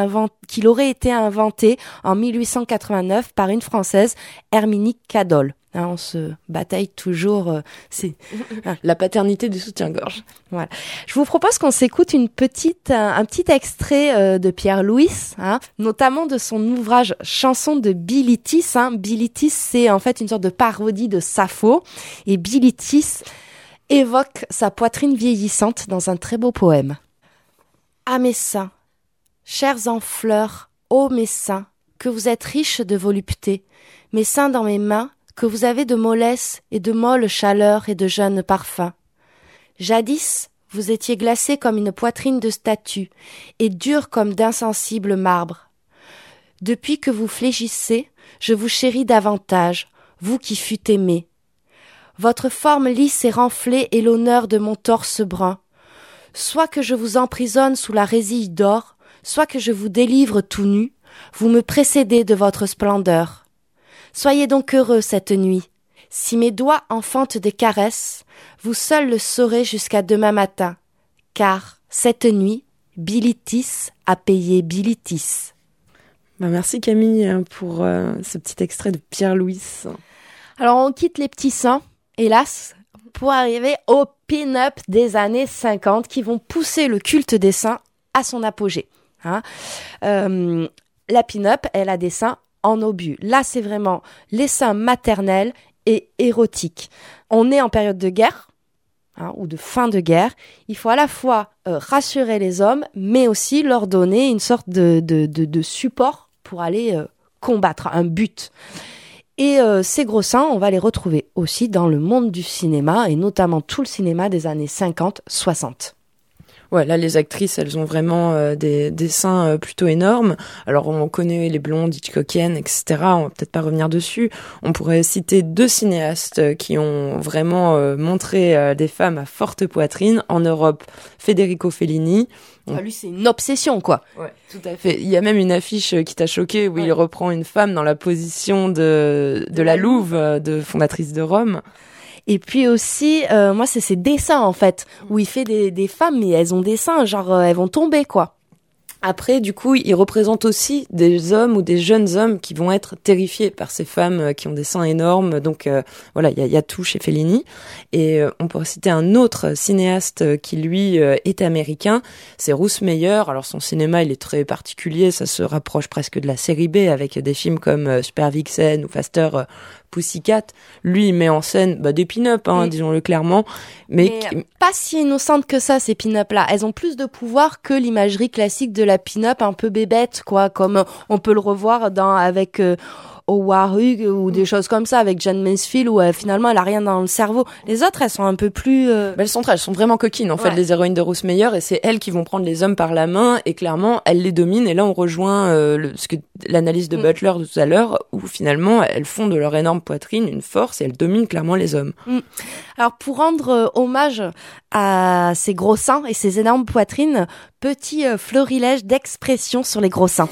inventé en 1889 par une Française, Herminie Cadol. Hein, on se bataille toujours. C'est la paternité du soutien-gorge. Voilà. Je vous propose qu'on s'écoute un petit extrait de Pierre Louys, hein, notamment de son ouvrage Chanson de Bilitis. Hein. Bilitis, c'est en fait une sorte de parodie de Sappho, et Bilitis évoque sa poitrine vieillissante dans un très beau poème. Ah mes seins, chers en fleurs, ô mes seins, que vous êtes riches de volupté, mes seins dans mes mains, que vous avez de mollesse et de molle chaleur et de jeunes parfums. Jadis, vous étiez glacé comme une poitrine de statue et dur comme d'insensible marbre. Depuis que vous fléchissez, je vous chéris davantage, vous qui fûtes aimé. Votre forme lisse et renflée est l'honneur de mon torse brun. Soit que je vous emprisonne sous la résille d'or, soit que je vous délivre tout nu, vous me précédez de votre splendeur. Soyez donc heureux cette nuit. Si mes doigts enfantent des caresses, vous seul le saurez jusqu'à demain matin, car cette nuit, Bilitis a payé Bilitis. Merci Camille pour ce petit extrait de Pierre Louys. Alors on quitte les petits seins, hélas, pour arriver au pin-up des années 50 qui vont pousser le culte des seins à son apogée. Hein. La pin-up, elle a des seins en obus. Là, c'est vraiment les seins maternels et érotiques. On est en période de guerre, hein, ou de fin de guerre. Il faut à la fois rassurer les hommes, mais aussi leur donner une sorte de support pour aller combattre, un but. Et ces gros seins, on va les retrouver aussi dans le monde du cinéma, et notamment tout le cinéma des années 50-60. Ouais, là, les actrices, elles ont vraiment des seins plutôt énormes. Alors, on connaît les blondes, Hitchcockiennes, etc. On va peut-être pas revenir dessus. On pourrait citer 2 cinéastes qui ont vraiment montré des femmes à forte poitrine. En Europe, Federico Fellini. Lui, c'est une obsession, quoi. Ouais, tout à fait. Il y a même une affiche qui t'a choqué où il reprend une femme dans la position de la Louve, de fondatrice de Rome. Et puis aussi, moi, c'est ses dessins, en fait, où il fait des femmes, mais elles ont des seins, genre, elles vont tomber, quoi. Après, du coup, il représente aussi des hommes ou des jeunes hommes qui vont être terrifiés par ces femmes qui ont des seins énormes. Donc voilà, il y a tout chez Fellini. Et on peut citer un autre cinéaste qui, lui, est américain. C'est Russ Meyer. Alors son cinéma, il est très particulier. Ça se rapproche presque de la série B avec des films comme Super Vixen ou Faster Pussycat. Lui, il met en scène des pin-up, disons-le clairement. Mais pas si innocentes que ça, ces pin-up-là. Elles ont plus de pouvoir que l'imagerie classique de la pin-up un peu bébête, quoi, comme on peut le revoir avec Howard Hughes ou des choses comme ça, avec Jane Mansfield, où finalement elle a rien dans le cerveau. Les autres, elles sont un peu plus... Elles sont vraiment coquines, en fait, les héroïnes de Russ Meyer, et c'est elles qui vont prendre les hommes par la main, et clairement, elles les dominent, et là on rejoint l'analyse de Butler de tout à l'heure, où finalement, elles font de leur énorme poitrine une force, et elles dominent clairement les hommes. Alors, pour rendre hommage à ces gros seins et ces énormes poitrines, petit florilège d'expressions sur les gros seins.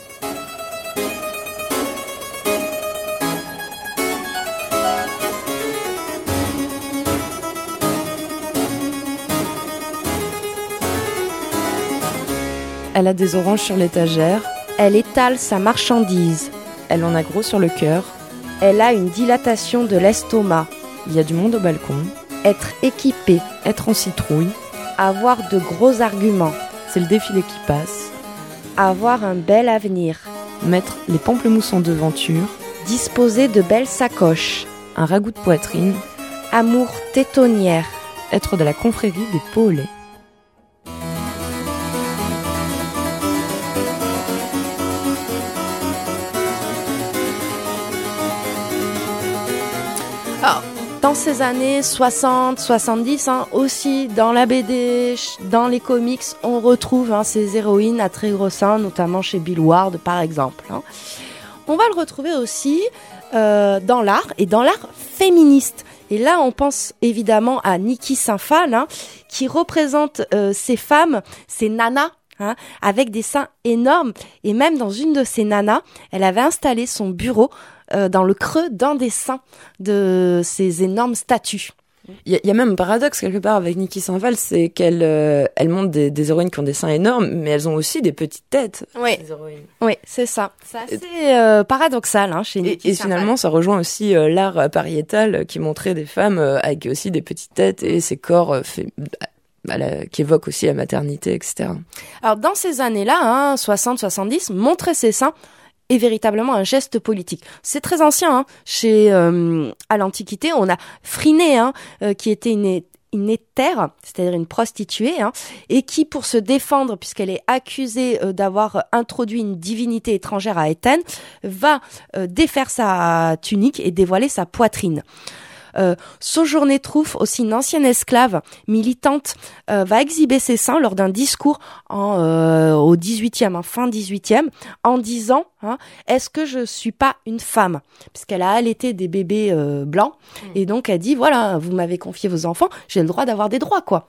Elle a des oranges sur l'étagère. Elle étale sa marchandise. Elle en a gros sur le cœur. Elle a une dilatation de l'estomac. Il y a du monde au balcon. Être équipé. Être en citrouille. Avoir de gros arguments. C'est le défilé qui passe. Avoir un bel avenir. Mettre les pamplemousses en devanture. Disposer de belles sacoches. Un ragoût de poitrine. Amour tétonnière. Être de la confrérie des pots au lait. Alors, dans ces années 60, 70, aussi dans la BD, dans les comics, on retrouve ces héroïnes à très gros seins, notamment chez Bill Ward par exemple. On va le retrouver aussi dans l'art, et dans l'art féministe. Et là, on pense évidemment à Niki Saint-Phal, qui représente ces femmes, ces nanas, avec des seins énormes. Et même dans une de ces nanas, elle avait installé son bureau dans le creux d'un des seins de ces énormes statues. Il y a même un paradoxe quelque part avec Niki Saint-Phal, c'est qu'elle elle montre des héroïnes qui ont des seins énormes, mais elles ont aussi des petites têtes. Oui, oui, c'est ça. C'est assez paradoxal chez Niki Saint-Phal. Et finalement, ça rejoint aussi l'art pariétal qui montrait des femmes avec aussi des petites têtes et ces corps qui évoquent aussi la maternité, etc. Alors dans ces années-là, 60-70, montrer ses seins est véritablement un geste politique. C'est très ancien. À l'Antiquité, on a Phryné, qui était une hétère, c'est-à-dire une prostituée, et qui, pour se défendre, puisqu'elle est accusée d'avoir introduit une divinité étrangère à Athènes, va défaire sa tunique et dévoiler sa poitrine. Sojourner Truth, aussi une ancienne esclave militante, va exhiber ses seins lors d'un discours au 18e, fin 18e, en disant est-ce que je suis pas une femme, puisqu'elle a allaité des bébés blancs, et donc elle dit voilà, vous m'avez confié vos enfants, j'ai le droit d'avoir des droits, quoi.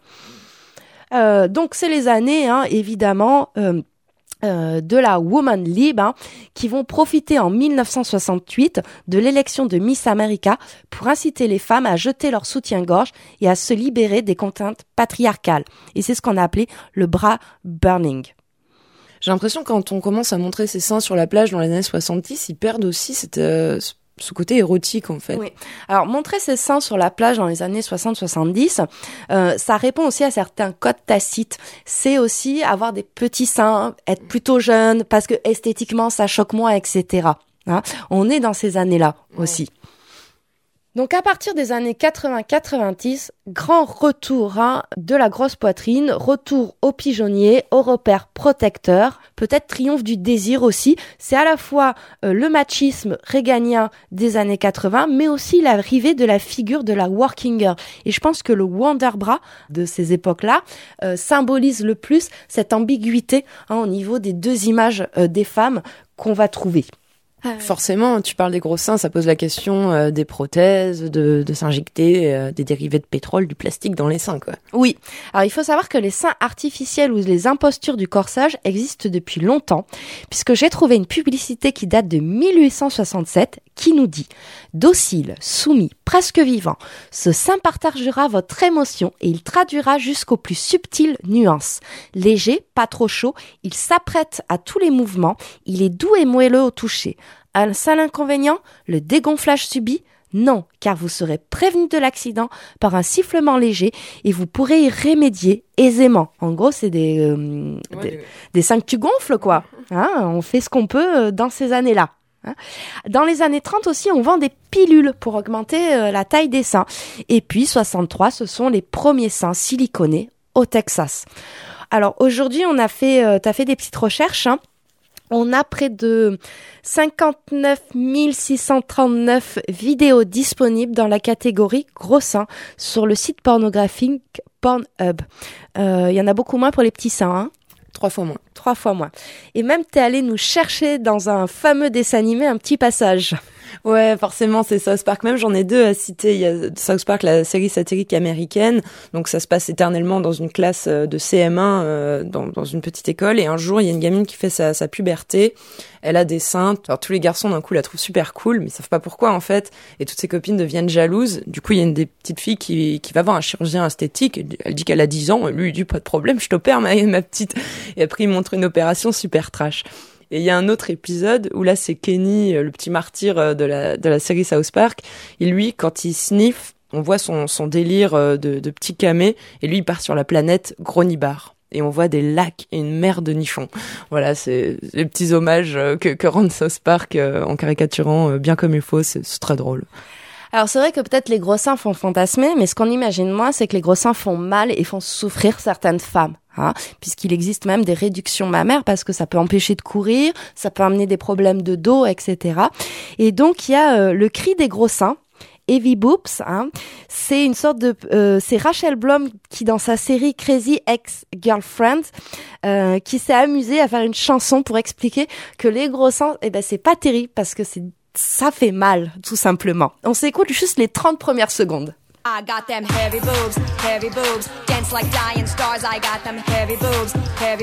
Donc c'est les années évidemment de la Woman Lib, qui vont profiter en 1968 de l'élection de Miss America pour inciter les femmes à jeter leur soutien-gorge et à se libérer des contraintes patriarcales. Et c'est ce qu'on a appelé le bra burning. J'ai l'impression que quand on commence à montrer ses seins sur la plage dans les années 70, ils perdent aussi ce côté érotique, en fait. Oui. Alors, montrer ses seins sur la plage dans les années 60-70, ça répond aussi à certains codes tacites. C'est aussi avoir des petits seins, être plutôt jeune, parce que esthétiquement, ça choque moins, etc. On est dans ces années-là aussi. Donc, à partir des années 80-90, grand retour de la grosse poitrine, retour au pigeonnier, au repère protecteur, peut-être triomphe du désir aussi. C'est à la fois le machisme réganien des années 80, mais aussi l'arrivée de la figure de la working girl. Et je pense que le Wonder Bra de ces époques-là symbolise le plus cette ambiguïté au niveau des deux images des femmes qu'on va trouver. Forcément, tu parles des gros seins, ça pose la question des prothèses, de s'injecter des dérivés de pétrole, du plastique dans les seins, quoi. Oui. Alors, il faut savoir que les seins artificiels ou les impostures du corsage existent depuis longtemps, puisque j'ai trouvé une publicité qui date de 1867 qui nous dit « Docile, soumis, presque vivant, ce sein partagera votre émotion et il traduira jusqu'aux plus subtiles nuances. Léger, pas trop chaud, il s'apprête à tous les mouvements, il est doux et moelleux au toucher. Un seul inconvénient, le dégonflage subit ? Non, car vous serez prévenu de l'accident par un sifflement léger et vous pourrez y remédier aisément. En gros, c'est des seins que tu gonfles, quoi. Hein, on fait ce qu'on peut dans ces années-là. Hein. Dans les années 30 aussi, on vend des pilules pour augmenter la taille des seins. Et puis, 63, ce sont les premiers seins siliconés au Texas. Alors, aujourd'hui, t'as fait des petites recherches, hein. On a près de 59 639 vidéos disponibles dans la catégorie gros seins sur le site pornographique Pornhub. Il y en a beaucoup moins pour les petits seins, hein. 3 fois moins. 3 fois moins. Et même t'es allé nous chercher dans un fameux dessin animé un petit passage. Ouais, forcément, c'est South Park. Même, j'en ai 2 à citer. Il y a South Park, la série satirique américaine. Donc, ça se passe éternellement dans une classe de CM1, dans une petite école. Et un jour, il y a une gamine qui fait sa puberté. Elle a des seins. Alors, tous les garçons, d'un coup, la trouvent super cool, mais ils savent pas pourquoi, en fait. Et toutes ses copines deviennent jalouses. Du coup, il y a une des petites filles qui va voir un chirurgien esthétique. Elle dit qu'elle a 10 ans. Lui, il dit, pas de problème, je t'opère, ma petite. Et après, il montre une opération super trash. Et il y a un autre épisode où là, c'est Kenny, le petit martyr de la série South Park. Et lui, quand il sniffe, on voit son délire de petit camé. Et lui, il part sur la planète Gronibar. Et on voit des lacs et une mer de nichons. Voilà, c'est les petits hommages que rend South Park en caricaturant bien comme il faut. C'est très drôle. Alors c'est vrai que peut-être les gros seins font fantasmer, mais ce qu'on imagine moins, c'est que les gros seins font mal et font souffrir certaines femmes. Hein, puisqu'il existe même des réductions mammaires parce que ça peut empêcher de courir, ça peut amener des problèmes de dos, etc. Et donc il y a le cri des gros seins, Heavy Boobs, hein, c'est une sorte de, c'est Rachel Bloom qui dans sa série Crazy Ex-Girlfriend, qui s'est amusée à faire une chanson pour expliquer que les gros seins, c'est pas terrible parce que ça fait mal, tout simplement. On s'écoute juste les 30 premières secondes. I got them heavy boobs, dance like dying stars. I got them heavy boobs,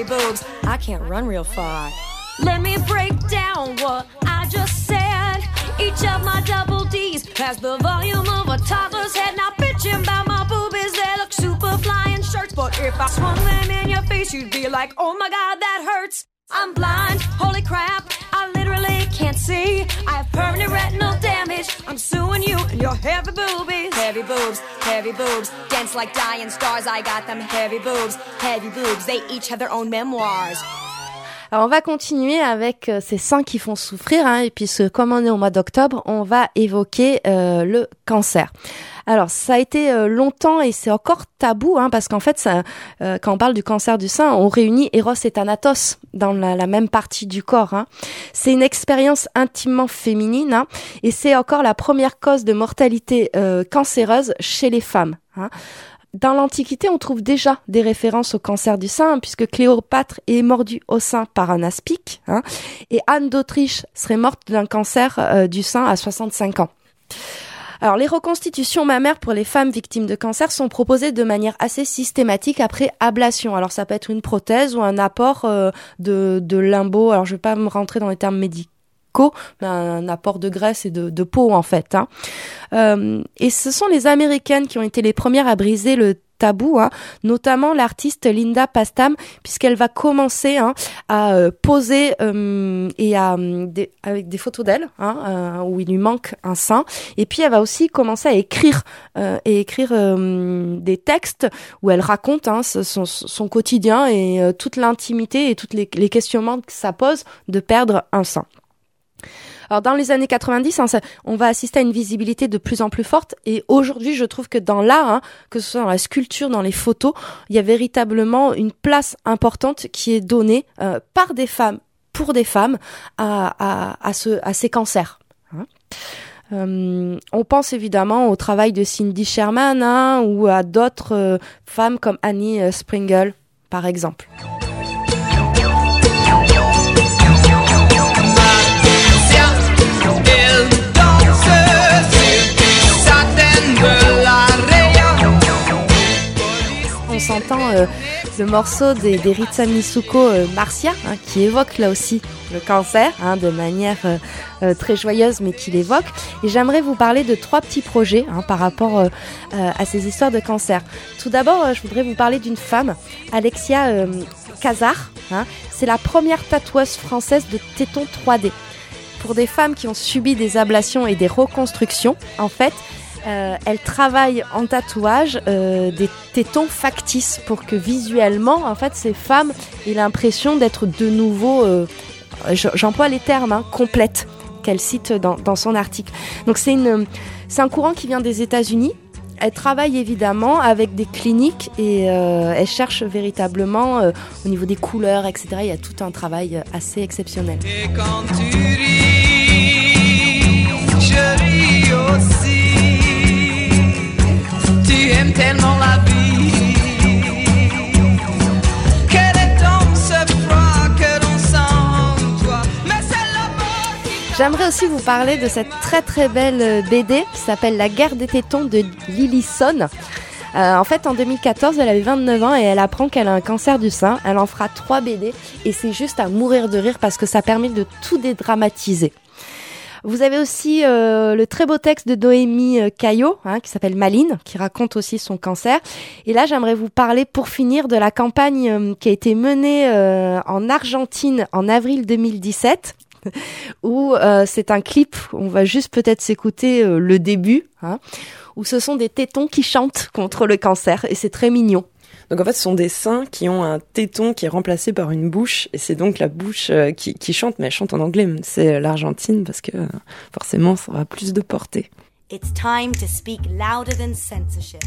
I can't run real far. Let me break down what I just said. Each of my double D's has the volume of a toddler's head. Now bitching about my boobies, they look super flying shirts. But if I swung them in your face, you'd be like, oh my god, that hurts. I'm blind, holy crap, I literally can't see. I have permanent retinal damage, I'm suing you and your heavy boobies. Heavy boobs, dance like dying stars. I got them heavy boobs, they each have their own memoirs. Alors on va continuer avec ces seins qui font souffrir, hein, et puis comme on est au mois d'octobre, on va évoquer le cancer. Alors ça a été longtemps et c'est encore tabou, hein, parce qu'en fait ça, quand on parle du cancer du sein, on réunit Eros et Thanatos dans la même partie du corps. Hein. C'est une expérience intimement féminine, hein, et c'est encore la première cause de mortalité cancéreuse chez les femmes. Hein. Dans l'Antiquité, on trouve déjà des références au cancer du sein, hein, puisque Cléopâtre est mordue au sein par un aspic, hein, et Anne d'Autriche serait morte d'un cancer du sein à 65 ans. Alors, les reconstitutions mammaires pour les femmes victimes de cancer sont proposées de manière assez systématique après ablation. Alors, ça peut être une prothèse ou un apport de limbo. Alors, je vais pas me rentrer dans les termes médicaux, mais un apport de graisse et de peau en fait. Hein. Et ce sont les Américaines qui ont été les premières à briser le tabou, hein, notamment l'artiste Linda Pastam, puisqu'elle va commencer, hein, à poser et avec des photos d'elle, hein, où il lui manque un sein, et puis elle va aussi commencer à écrire des textes où elle raconte, hein, son quotidien et toute l'intimité et toutes les questionnements que ça pose de perdre un sein. Alors dans les années 90, hein, on va assister à une visibilité de plus en plus forte, et aujourd'hui je trouve que dans l'art, hein, que ce soit dans la sculpture, dans les photos, il y a véritablement une place importante qui est donnée par des femmes, pour des femmes, à ces cancers. Hein. On pense évidemment au travail de Cindy Sherman, hein, ou à d'autres femmes comme Annie Springer par exemple. s'entend le morceau des Ritsa Mitsuko Marcia, qui évoque là aussi le cancer, de manière très joyeuse, mais qui l'évoque. Et j'aimerais vous parler de 3 petits projets par rapport à ces histoires de cancer. Tout d'abord, je voudrais vous parler d'une femme, Alexia Kazar. C'est la première tatoueuse française de tétons 3D. Pour des femmes qui ont subi des ablations et des reconstructions, en fait, elle travaille en tatouage des tétons factices pour que visuellement, en fait, ces femmes aient l'impression d'être de nouveau, j'emploie les termes, complètes, qu'elle cite dans son article. Donc c'est un courant qui vient des États-Unis. Elle travaille évidemment avec des cliniques et elle cherche véritablement au niveau des couleurs, etc. Il y a tout un travail assez exceptionnel. Et quand tu ris, je ris aussi. Tu aimes tellement la vie. Quel est donc ce froid que l'on sent en toi? Mais c'est la J'aimerais aussi vous parler de cette très très belle BD qui s'appelle La guerre des tétons de Lily Son. En fait, en 2014, elle avait 29 ans et elle apprend qu'elle a un cancer du sein. Elle en fera 3 BD et c'est juste à mourir de rire parce que ça permet de tout dédramatiser. Vous avez aussi le très beau texte de Noémie Caillot, qui s'appelle Maline, qui raconte aussi son cancer. Et là, j'aimerais vous parler, pour finir, de la campagne qui a été menée en Argentine en avril 2017. Où c'est un clip, on va juste peut-être s'écouter le début, où ce sont des tétons qui chantent contre le cancer, et c'est très mignon. Donc en fait, ce sont des seins qui ont un téton qui est remplacé par une bouche, et c'est donc la bouche qui chante, mais elle chante en anglais. C'est l'Argentine, parce que forcément, ça aura plus de portée. It's time to speak louder than censorship.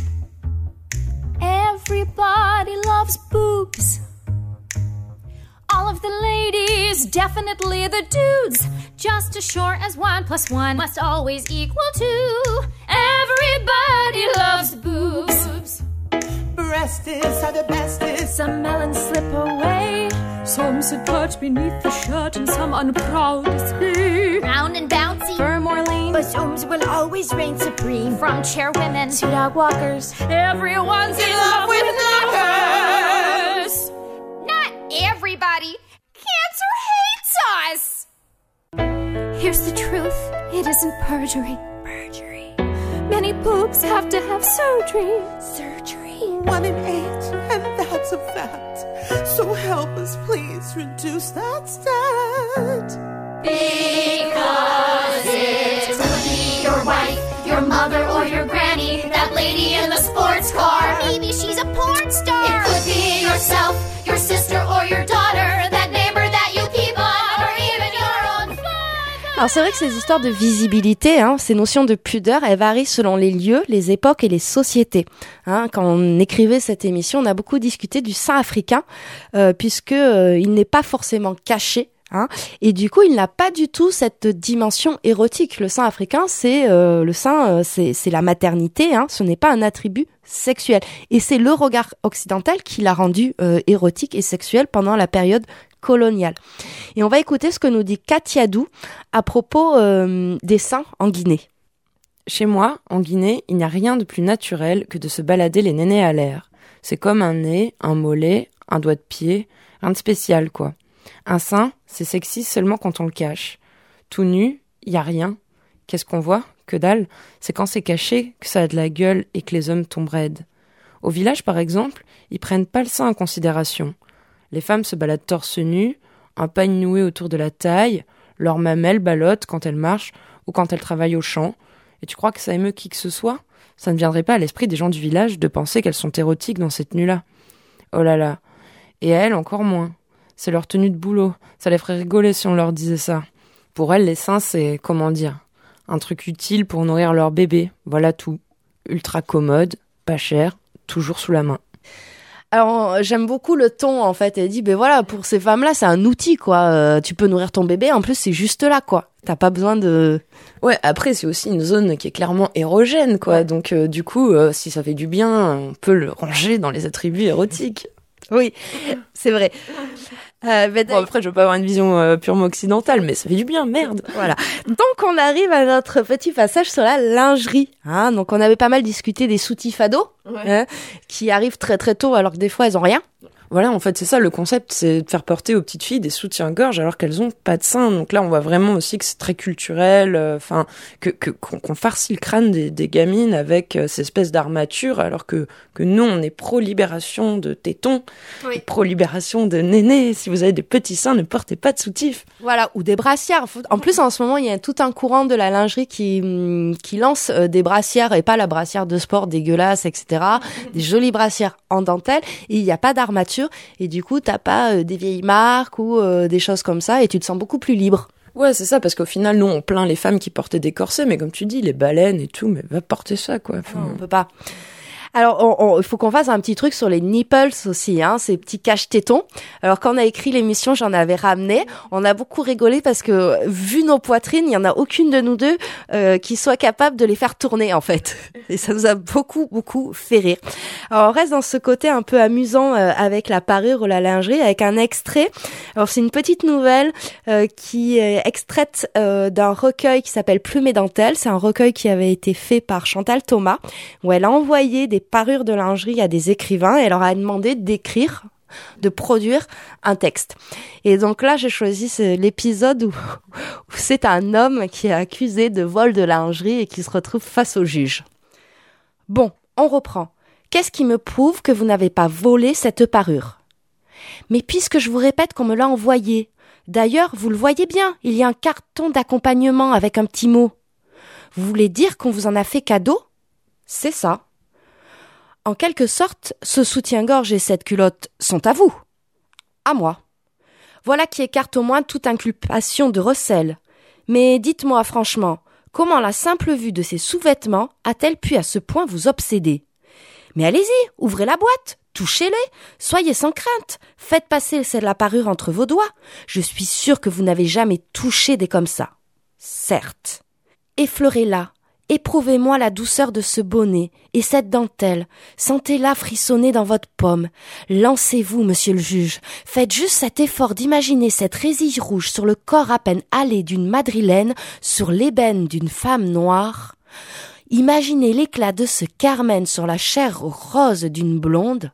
Everybody loves boobs. All of the ladies, definitely the dudes. Just as sure as 1 + 1 must always equal 2. Everybody loves boobs. breasts are the bestest. Some melons slip away. Some sit perched beneath the shirt and some unproud as he. Round and bouncy, firm or lean, but zooms will always reign supreme. from chairwomen to dog walkers, everyone's in love with knockers. not everybody. Cancer hates us. Here's the truth, it isn't perjury. Many boobs have to have surgery. 1 in 8, and that's a fact. So help us please reduce that stat. Because it could be your wife, your mother, or your granny. That lady in the sports car. Maybe she's a porn star. It could be yourself, your sister, or your daughter. That neighbor that you keep on, or even your own father. Alors c'est vrai que ces histoires de visibilité, ces notions de pudeur, elles varient selon les lieux, les époques et les sociétés. Quand on écrivait cette émission, on a beaucoup discuté du sein africain, puisque il n'est pas forcément caché. Et du coup, il n'a pas du tout cette dimension érotique. Le sein africain, c'est c'est la maternité. Ce n'est pas un attribut sexuel. Et c'est le regard occidental qui l'a rendu érotique et sexuel pendant la période coloniale. Et on va écouter ce que nous dit Katia Dou à propos des seins en Guinée. Chez moi, en Guinée, il n'y a rien de plus naturel que de se balader les nénés à l'air. C'est comme un nez, un mollet, un doigt de pied, rien de spécial, quoi. Un sein, c'est sexy seulement quand on le cache. Tout nu, il y a rien. Qu'est-ce qu'on voit? Que dalle. C'est quand c'est caché que ça a de la gueule et que les hommes tombent raides. Au village, par exemple, ils prennent pas le sein en considération. Les femmes se baladent torse nu, un pagne noué autour de la taille, leurs mamelles ballottent quand elles marchent ou quand elles travaillent au champ. Et tu crois que ça émeut qui que ce soit? Ça ne viendrait pas à l'esprit des gens du village de penser qu'elles sont érotiques dans cette tenue-là. Oh là là. Et elles, encore moins. C'est leur tenue de boulot. Ça les ferait rigoler si on leur disait ça. Pour elles, les seins, c'est, comment dire, un truc utile pour nourrir leur bébé. Voilà tout. Ultra commode, pas cher, toujours sous la main. Alors, j'aime beaucoup le ton, en fait. Elle dit, voilà, pour ces femmes-là, c'est un outil, quoi. Tu peux nourrir ton bébé, en plus, c'est juste là, quoi. T'as pas besoin de... Ouais, après, c'est aussi une zone qui est clairement érogène, quoi. Donc, du coup, si ça fait du bien, on peut le ranger dans les attributs érotiques. Oui, c'est vrai. Bon, après, je veux pas avoir une vision purement occidentale, mais ça fait du bien, merde. Voilà. Donc, on arrive à notre petit passage sur la lingerie. Hein, donc, on avait pas mal discuté des soutifs ados, qui arrivent très très tôt, alors que des fois, elles ont rien. Voilà, en fait, c'est ça, le concept, c'est de faire porter aux petites filles des soutiens-gorge alors qu'elles ont pas de seins. Donc là, on voit vraiment aussi que c'est très culturel, qu'on farcit le crâne des gamines avec ces espèces d'armatures, alors que nous, on est pro-libération de tétons, pro-libération de nénés. Si vous avez des petits seins, ne portez pas de soutifs. Voilà, ou des brassières. En plus, en ce moment, il y a tout un courant de la lingerie qui lance des brassières, et pas la brassière de sport dégueulasse, etc. Des jolies brassières en dentelle, et il n'y a pas d'armature. Et du coup, t'as pas des vieilles marques ou des choses comme ça, et tu te sens beaucoup plus libre. Ouais, c'est ça, parce qu'au final, nous, on plaint les femmes qui portaient des corsets, mais comme tu dis, les baleines et tout, mais va porter ça, quoi. Enfin... Non, on peut pas. Alors, il faut qu'on fasse un petit truc sur les nipples aussi, hein, ces petits cache-tétons. Alors, quand on a écrit l'émission, j'en avais ramené. On a beaucoup rigolé parce que, vu nos poitrines, il y en a aucune de nous deux qui soit capable de les faire tourner, en fait. Et ça nous a beaucoup, beaucoup fait rire. Alors, on reste dans ce côté un peu amusant avec la parure ou la lingerie, avec un extrait. Alors, c'est une petite nouvelle qui est extraite d'un recueil qui s'appelle Plume et dentelle. C'est un recueil qui avait été fait par Chantal Thomas, où elle a envoyé des parures de lingerie à des écrivains et elle leur a demandé d'écrire, de produire un texte. Et donc là, j'ai choisi l'épisode où c'est un homme qui est accusé de vol de lingerie et qui se retrouve face au juge. Bon, on reprend. Qu'est-ce qui me prouve que vous n'avez pas volé cette parure ? Mais puisque je vous répète qu'on me l'a envoyé. D'ailleurs, vous le voyez bien, il y a un carton d'accompagnement avec un petit mot. Vous voulez dire qu'on vous en a fait cadeau ? C'est ça. En quelque sorte, ce soutien-gorge et cette culotte sont à vous. À moi. Voilà qui écarte au moins toute inculpation de recel. Mais dites-moi franchement, comment la simple vue de ces sous-vêtements a-t-elle pu à ce point vous obséder ? Mais allez-y, ouvrez la boîte, touchez-les, soyez sans crainte, faites passer la parure entre vos doigts. Je suis sûre que vous n'avez jamais touché des comme ça. Certes. Effleurez-la. Éprouvez-moi la douceur de ce bonnet et cette dentelle. Sentez-la frissonner dans votre paume. Lancez-vous, monsieur le juge. Faites juste cet effort d'imaginer cette résille rouge sur le corps à peine hâlé d'une madrilène, sur l'ébène d'une femme noire. Imaginez l'éclat de ce carmen sur la chair rose d'une blonde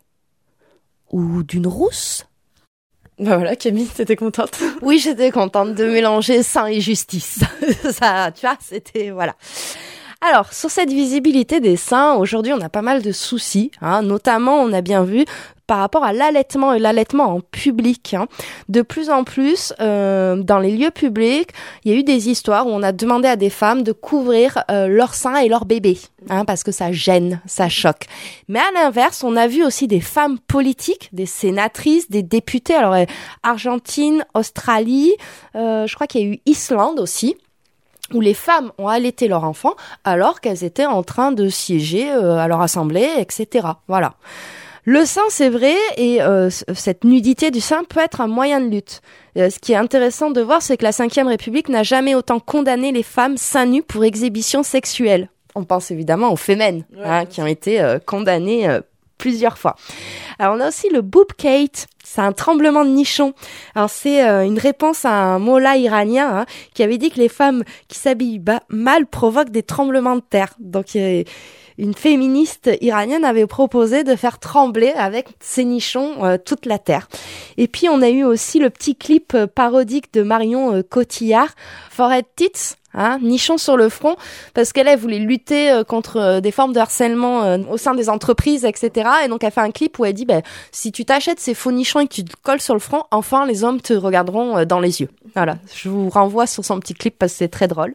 ou d'une rousse. Bah voilà, Camille, t'étais contente? Oui, j'étais contente de mélanger sang et justice. Ça, tu vois, c'était, voilà. Alors, sur cette visibilité des seins, aujourd'hui, on a pas mal de soucis, hein. Notamment, on a bien vu, par rapport à l'allaitement et l'allaitement en public, hein. De plus en plus, dans les lieux publics, il y a eu des histoires où on a demandé à des femmes de couvrir leurs seins et leurs bébés, hein, parce que ça gêne, ça choque. Mais à l'inverse, on a vu aussi des femmes politiques, des sénatrices, des députées, alors Argentine, Australie, je crois qu'il y a eu Islande aussi, où les femmes ont allaité leurs enfants alors qu'elles étaient en train de siéger à leur assemblée, etc. Voilà. Le sein, c'est vrai, et cette nudité du sein peut être un moyen de lutte. Ce qui est intéressant de voir, c'est que la Ve République n'a jamais autant condamné les femmes seins nus pour exhibition sexuelle. On pense évidemment aux Femen, qui ont été condamnées plusieurs fois. Alors on a aussi le boobkate, c'est un tremblement de nichon. Alors c'est une réponse à un mollah iranien, hein, qui avait dit que les femmes qui s'habillent mal provoquent des tremblements de terre. Donc une féministe iranienne avait proposé de faire trembler avec ses nichons toute la terre. Et puis on a eu aussi le petit clip parodique de Marion Cotillard, Forehead Tits, hein, nichon sur le front, parce qu'elle voulait lutter contre des formes de harcèlement au sein des entreprises, etc. Et donc elle fait un clip où elle dit si tu t'achètes ces faux nichons et que tu te colles sur le front, enfin les hommes te regarderont dans les yeux. Voilà, je vous renvoie sur son petit clip parce que c'est très drôle.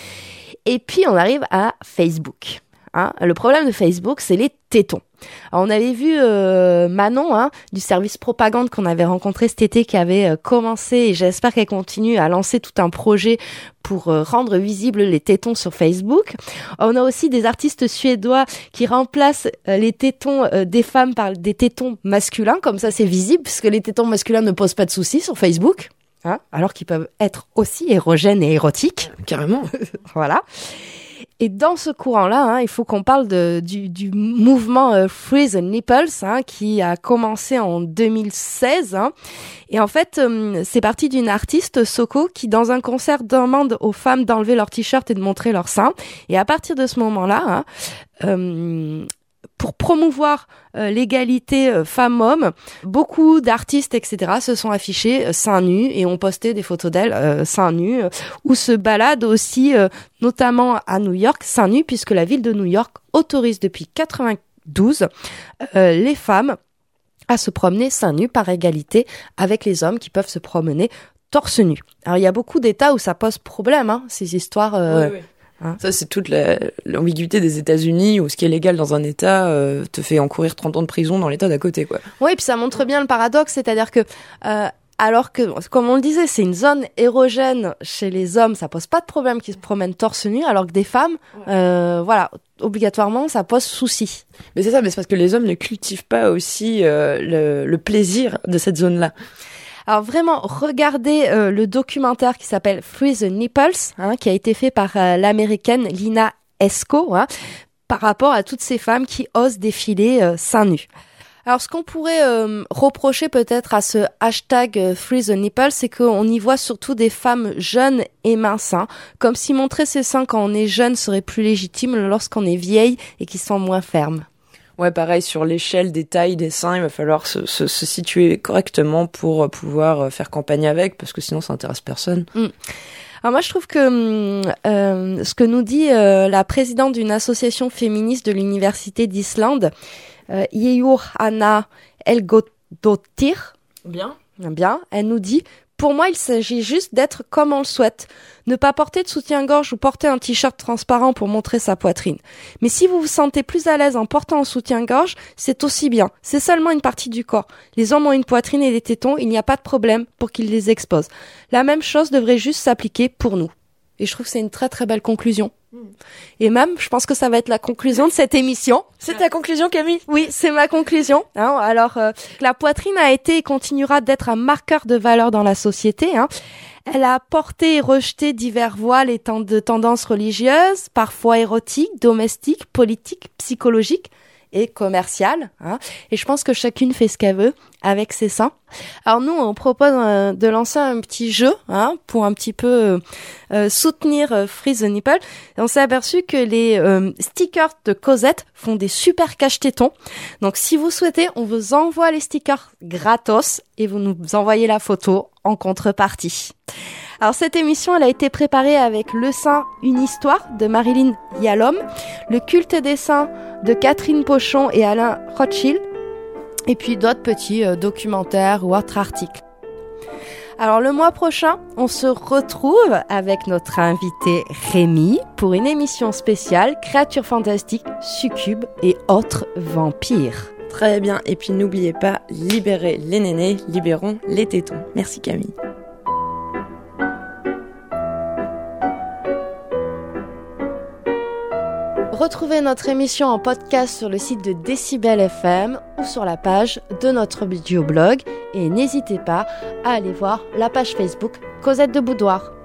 Et puis on arrive à Facebook. Hein, le problème de Facebook, c'est les tétons. Alors, on avait vu Manon, hein, du service propagande qu'on avait rencontré cet été, qui avait commencé, et j'espère qu'elle continue à lancer tout un projet pour rendre visibles les tétons sur Facebook. On a aussi des artistes suédois qui remplacent les tétons des femmes par des tétons masculins, comme ça c'est visible, puisque les tétons masculins ne posent pas de soucis sur Facebook, hein, alors qu'ils peuvent être aussi érogènes et érotiques. Carrément. Voilà. Et dans ce courant-là, il faut qu'on parle du mouvement Free the Nipples, qui a commencé en 2016. Et en fait, c'est parti d'une artiste, Soko, qui dans un concert demande aux femmes d'enlever leur t-shirt et de montrer leurs seins. Et à partir de ce moment-là, pour promouvoir l'égalité femmes-hommes, beaucoup d'artistes, etc., se sont affichés seins nus et ont posté des photos d'elles seins nus, ou se baladent aussi, notamment à New York, seins nus, puisque la ville de New York autorise depuis 92 les femmes à se promener seins nus par égalité avec les hommes qui peuvent se promener torse nu. Alors il y a beaucoup d'États où ça pose problème, ces histoires. Oui. Ça, c'est toute l'ambiguïté des États-Unis où ce qui est légal dans un État te fait encourir 30 ans de prison dans l'État d'à côté, quoi. Oui, puis ça montre bien le paradoxe, c'est-à-dire que alors que, comme on le disait, c'est une zone érogène chez les hommes, ça pose pas de problème qu'ils se promènent torse nu, alors que des femmes, obligatoirement, ça pose souci. Mais c'est ça, mais c'est parce que les hommes ne cultivent pas aussi le plaisir de cette zone-là. Alors vraiment, regardez le documentaire qui s'appelle Free the Nipples, qui a été fait par l'américaine Lina Esco, par rapport à toutes ces femmes qui osent défiler seins nus. Alors ce qu'on pourrait reprocher peut-être à ce hashtag Free the Nipples, c'est qu'on y voit surtout des femmes jeunes et minces, comme si montrer ses seins quand on est jeune serait plus légitime lorsqu'on est vieille et qu'ils sont moins fermes. Ouais, pareil, sur l'échelle des tailles des seins, il va falloir se situer correctement pour pouvoir faire campagne avec, parce que sinon ça intéresse personne. Alors moi, je trouve que ce que nous dit la présidente d'une association féministe de l'université d'Islande, Yeyur Anna Elgodottir, bien, elle nous dit: pour moi, il s'agit juste d'être comme on le souhaite. Ne pas porter de soutien-gorge ou porter un t-shirt transparent pour montrer sa poitrine. Mais si vous vous sentez plus à l'aise en portant un soutien-gorge, c'est aussi bien. C'est seulement une partie du corps. Les hommes ont une poitrine et des tétons, il n'y a pas de problème pour qu'ils les exposent. La même chose devrait juste s'appliquer pour nous. Et je trouve que c'est une très très belle conclusion. Et même, je pense que ça va être la conclusion de cette émission. C'est ta conclusion, Camille? Oui, c'est ma conclusion. Alors, la poitrine a été et continuera d'être un marqueur de valeur dans la société. Elle a porté et rejeté divers voiles et de tendances religieuses, parfois érotiques, domestiques, politiques, psychologiques et commerciales. Et je pense que chacune fait ce qu'elle veut avec ses seins. Alors nous, on propose de lancer un petit jeu pour un petit peu soutenir Free the Nipple. Et on s'est aperçu que les stickers de Cosette font des super cache-tétons. Donc si vous souhaitez, on vous envoie les stickers gratos et vous nous envoyez la photo en contrepartie. Alors cette émission, elle a été préparée avec Le sein, une histoire de Marilyn Yalom, Le culte des seins de Catherine Pochon et Alain Rothschild, et puis d'autres petits documentaires ou autres articles. Alors le mois prochain, on se retrouve avec notre invité Rémi pour une émission spéciale Créatures fantastiques, succubes et autres vampires. Très bien, et puis n'oubliez pas, libérez les nénés, libérons les tétons. Merci Camille. Retrouvez notre émission en podcast sur le site de Décibel FM ou sur la page de notre vidéoblog. Et n'hésitez pas à aller voir la page Facebook Cosette de Boudoir.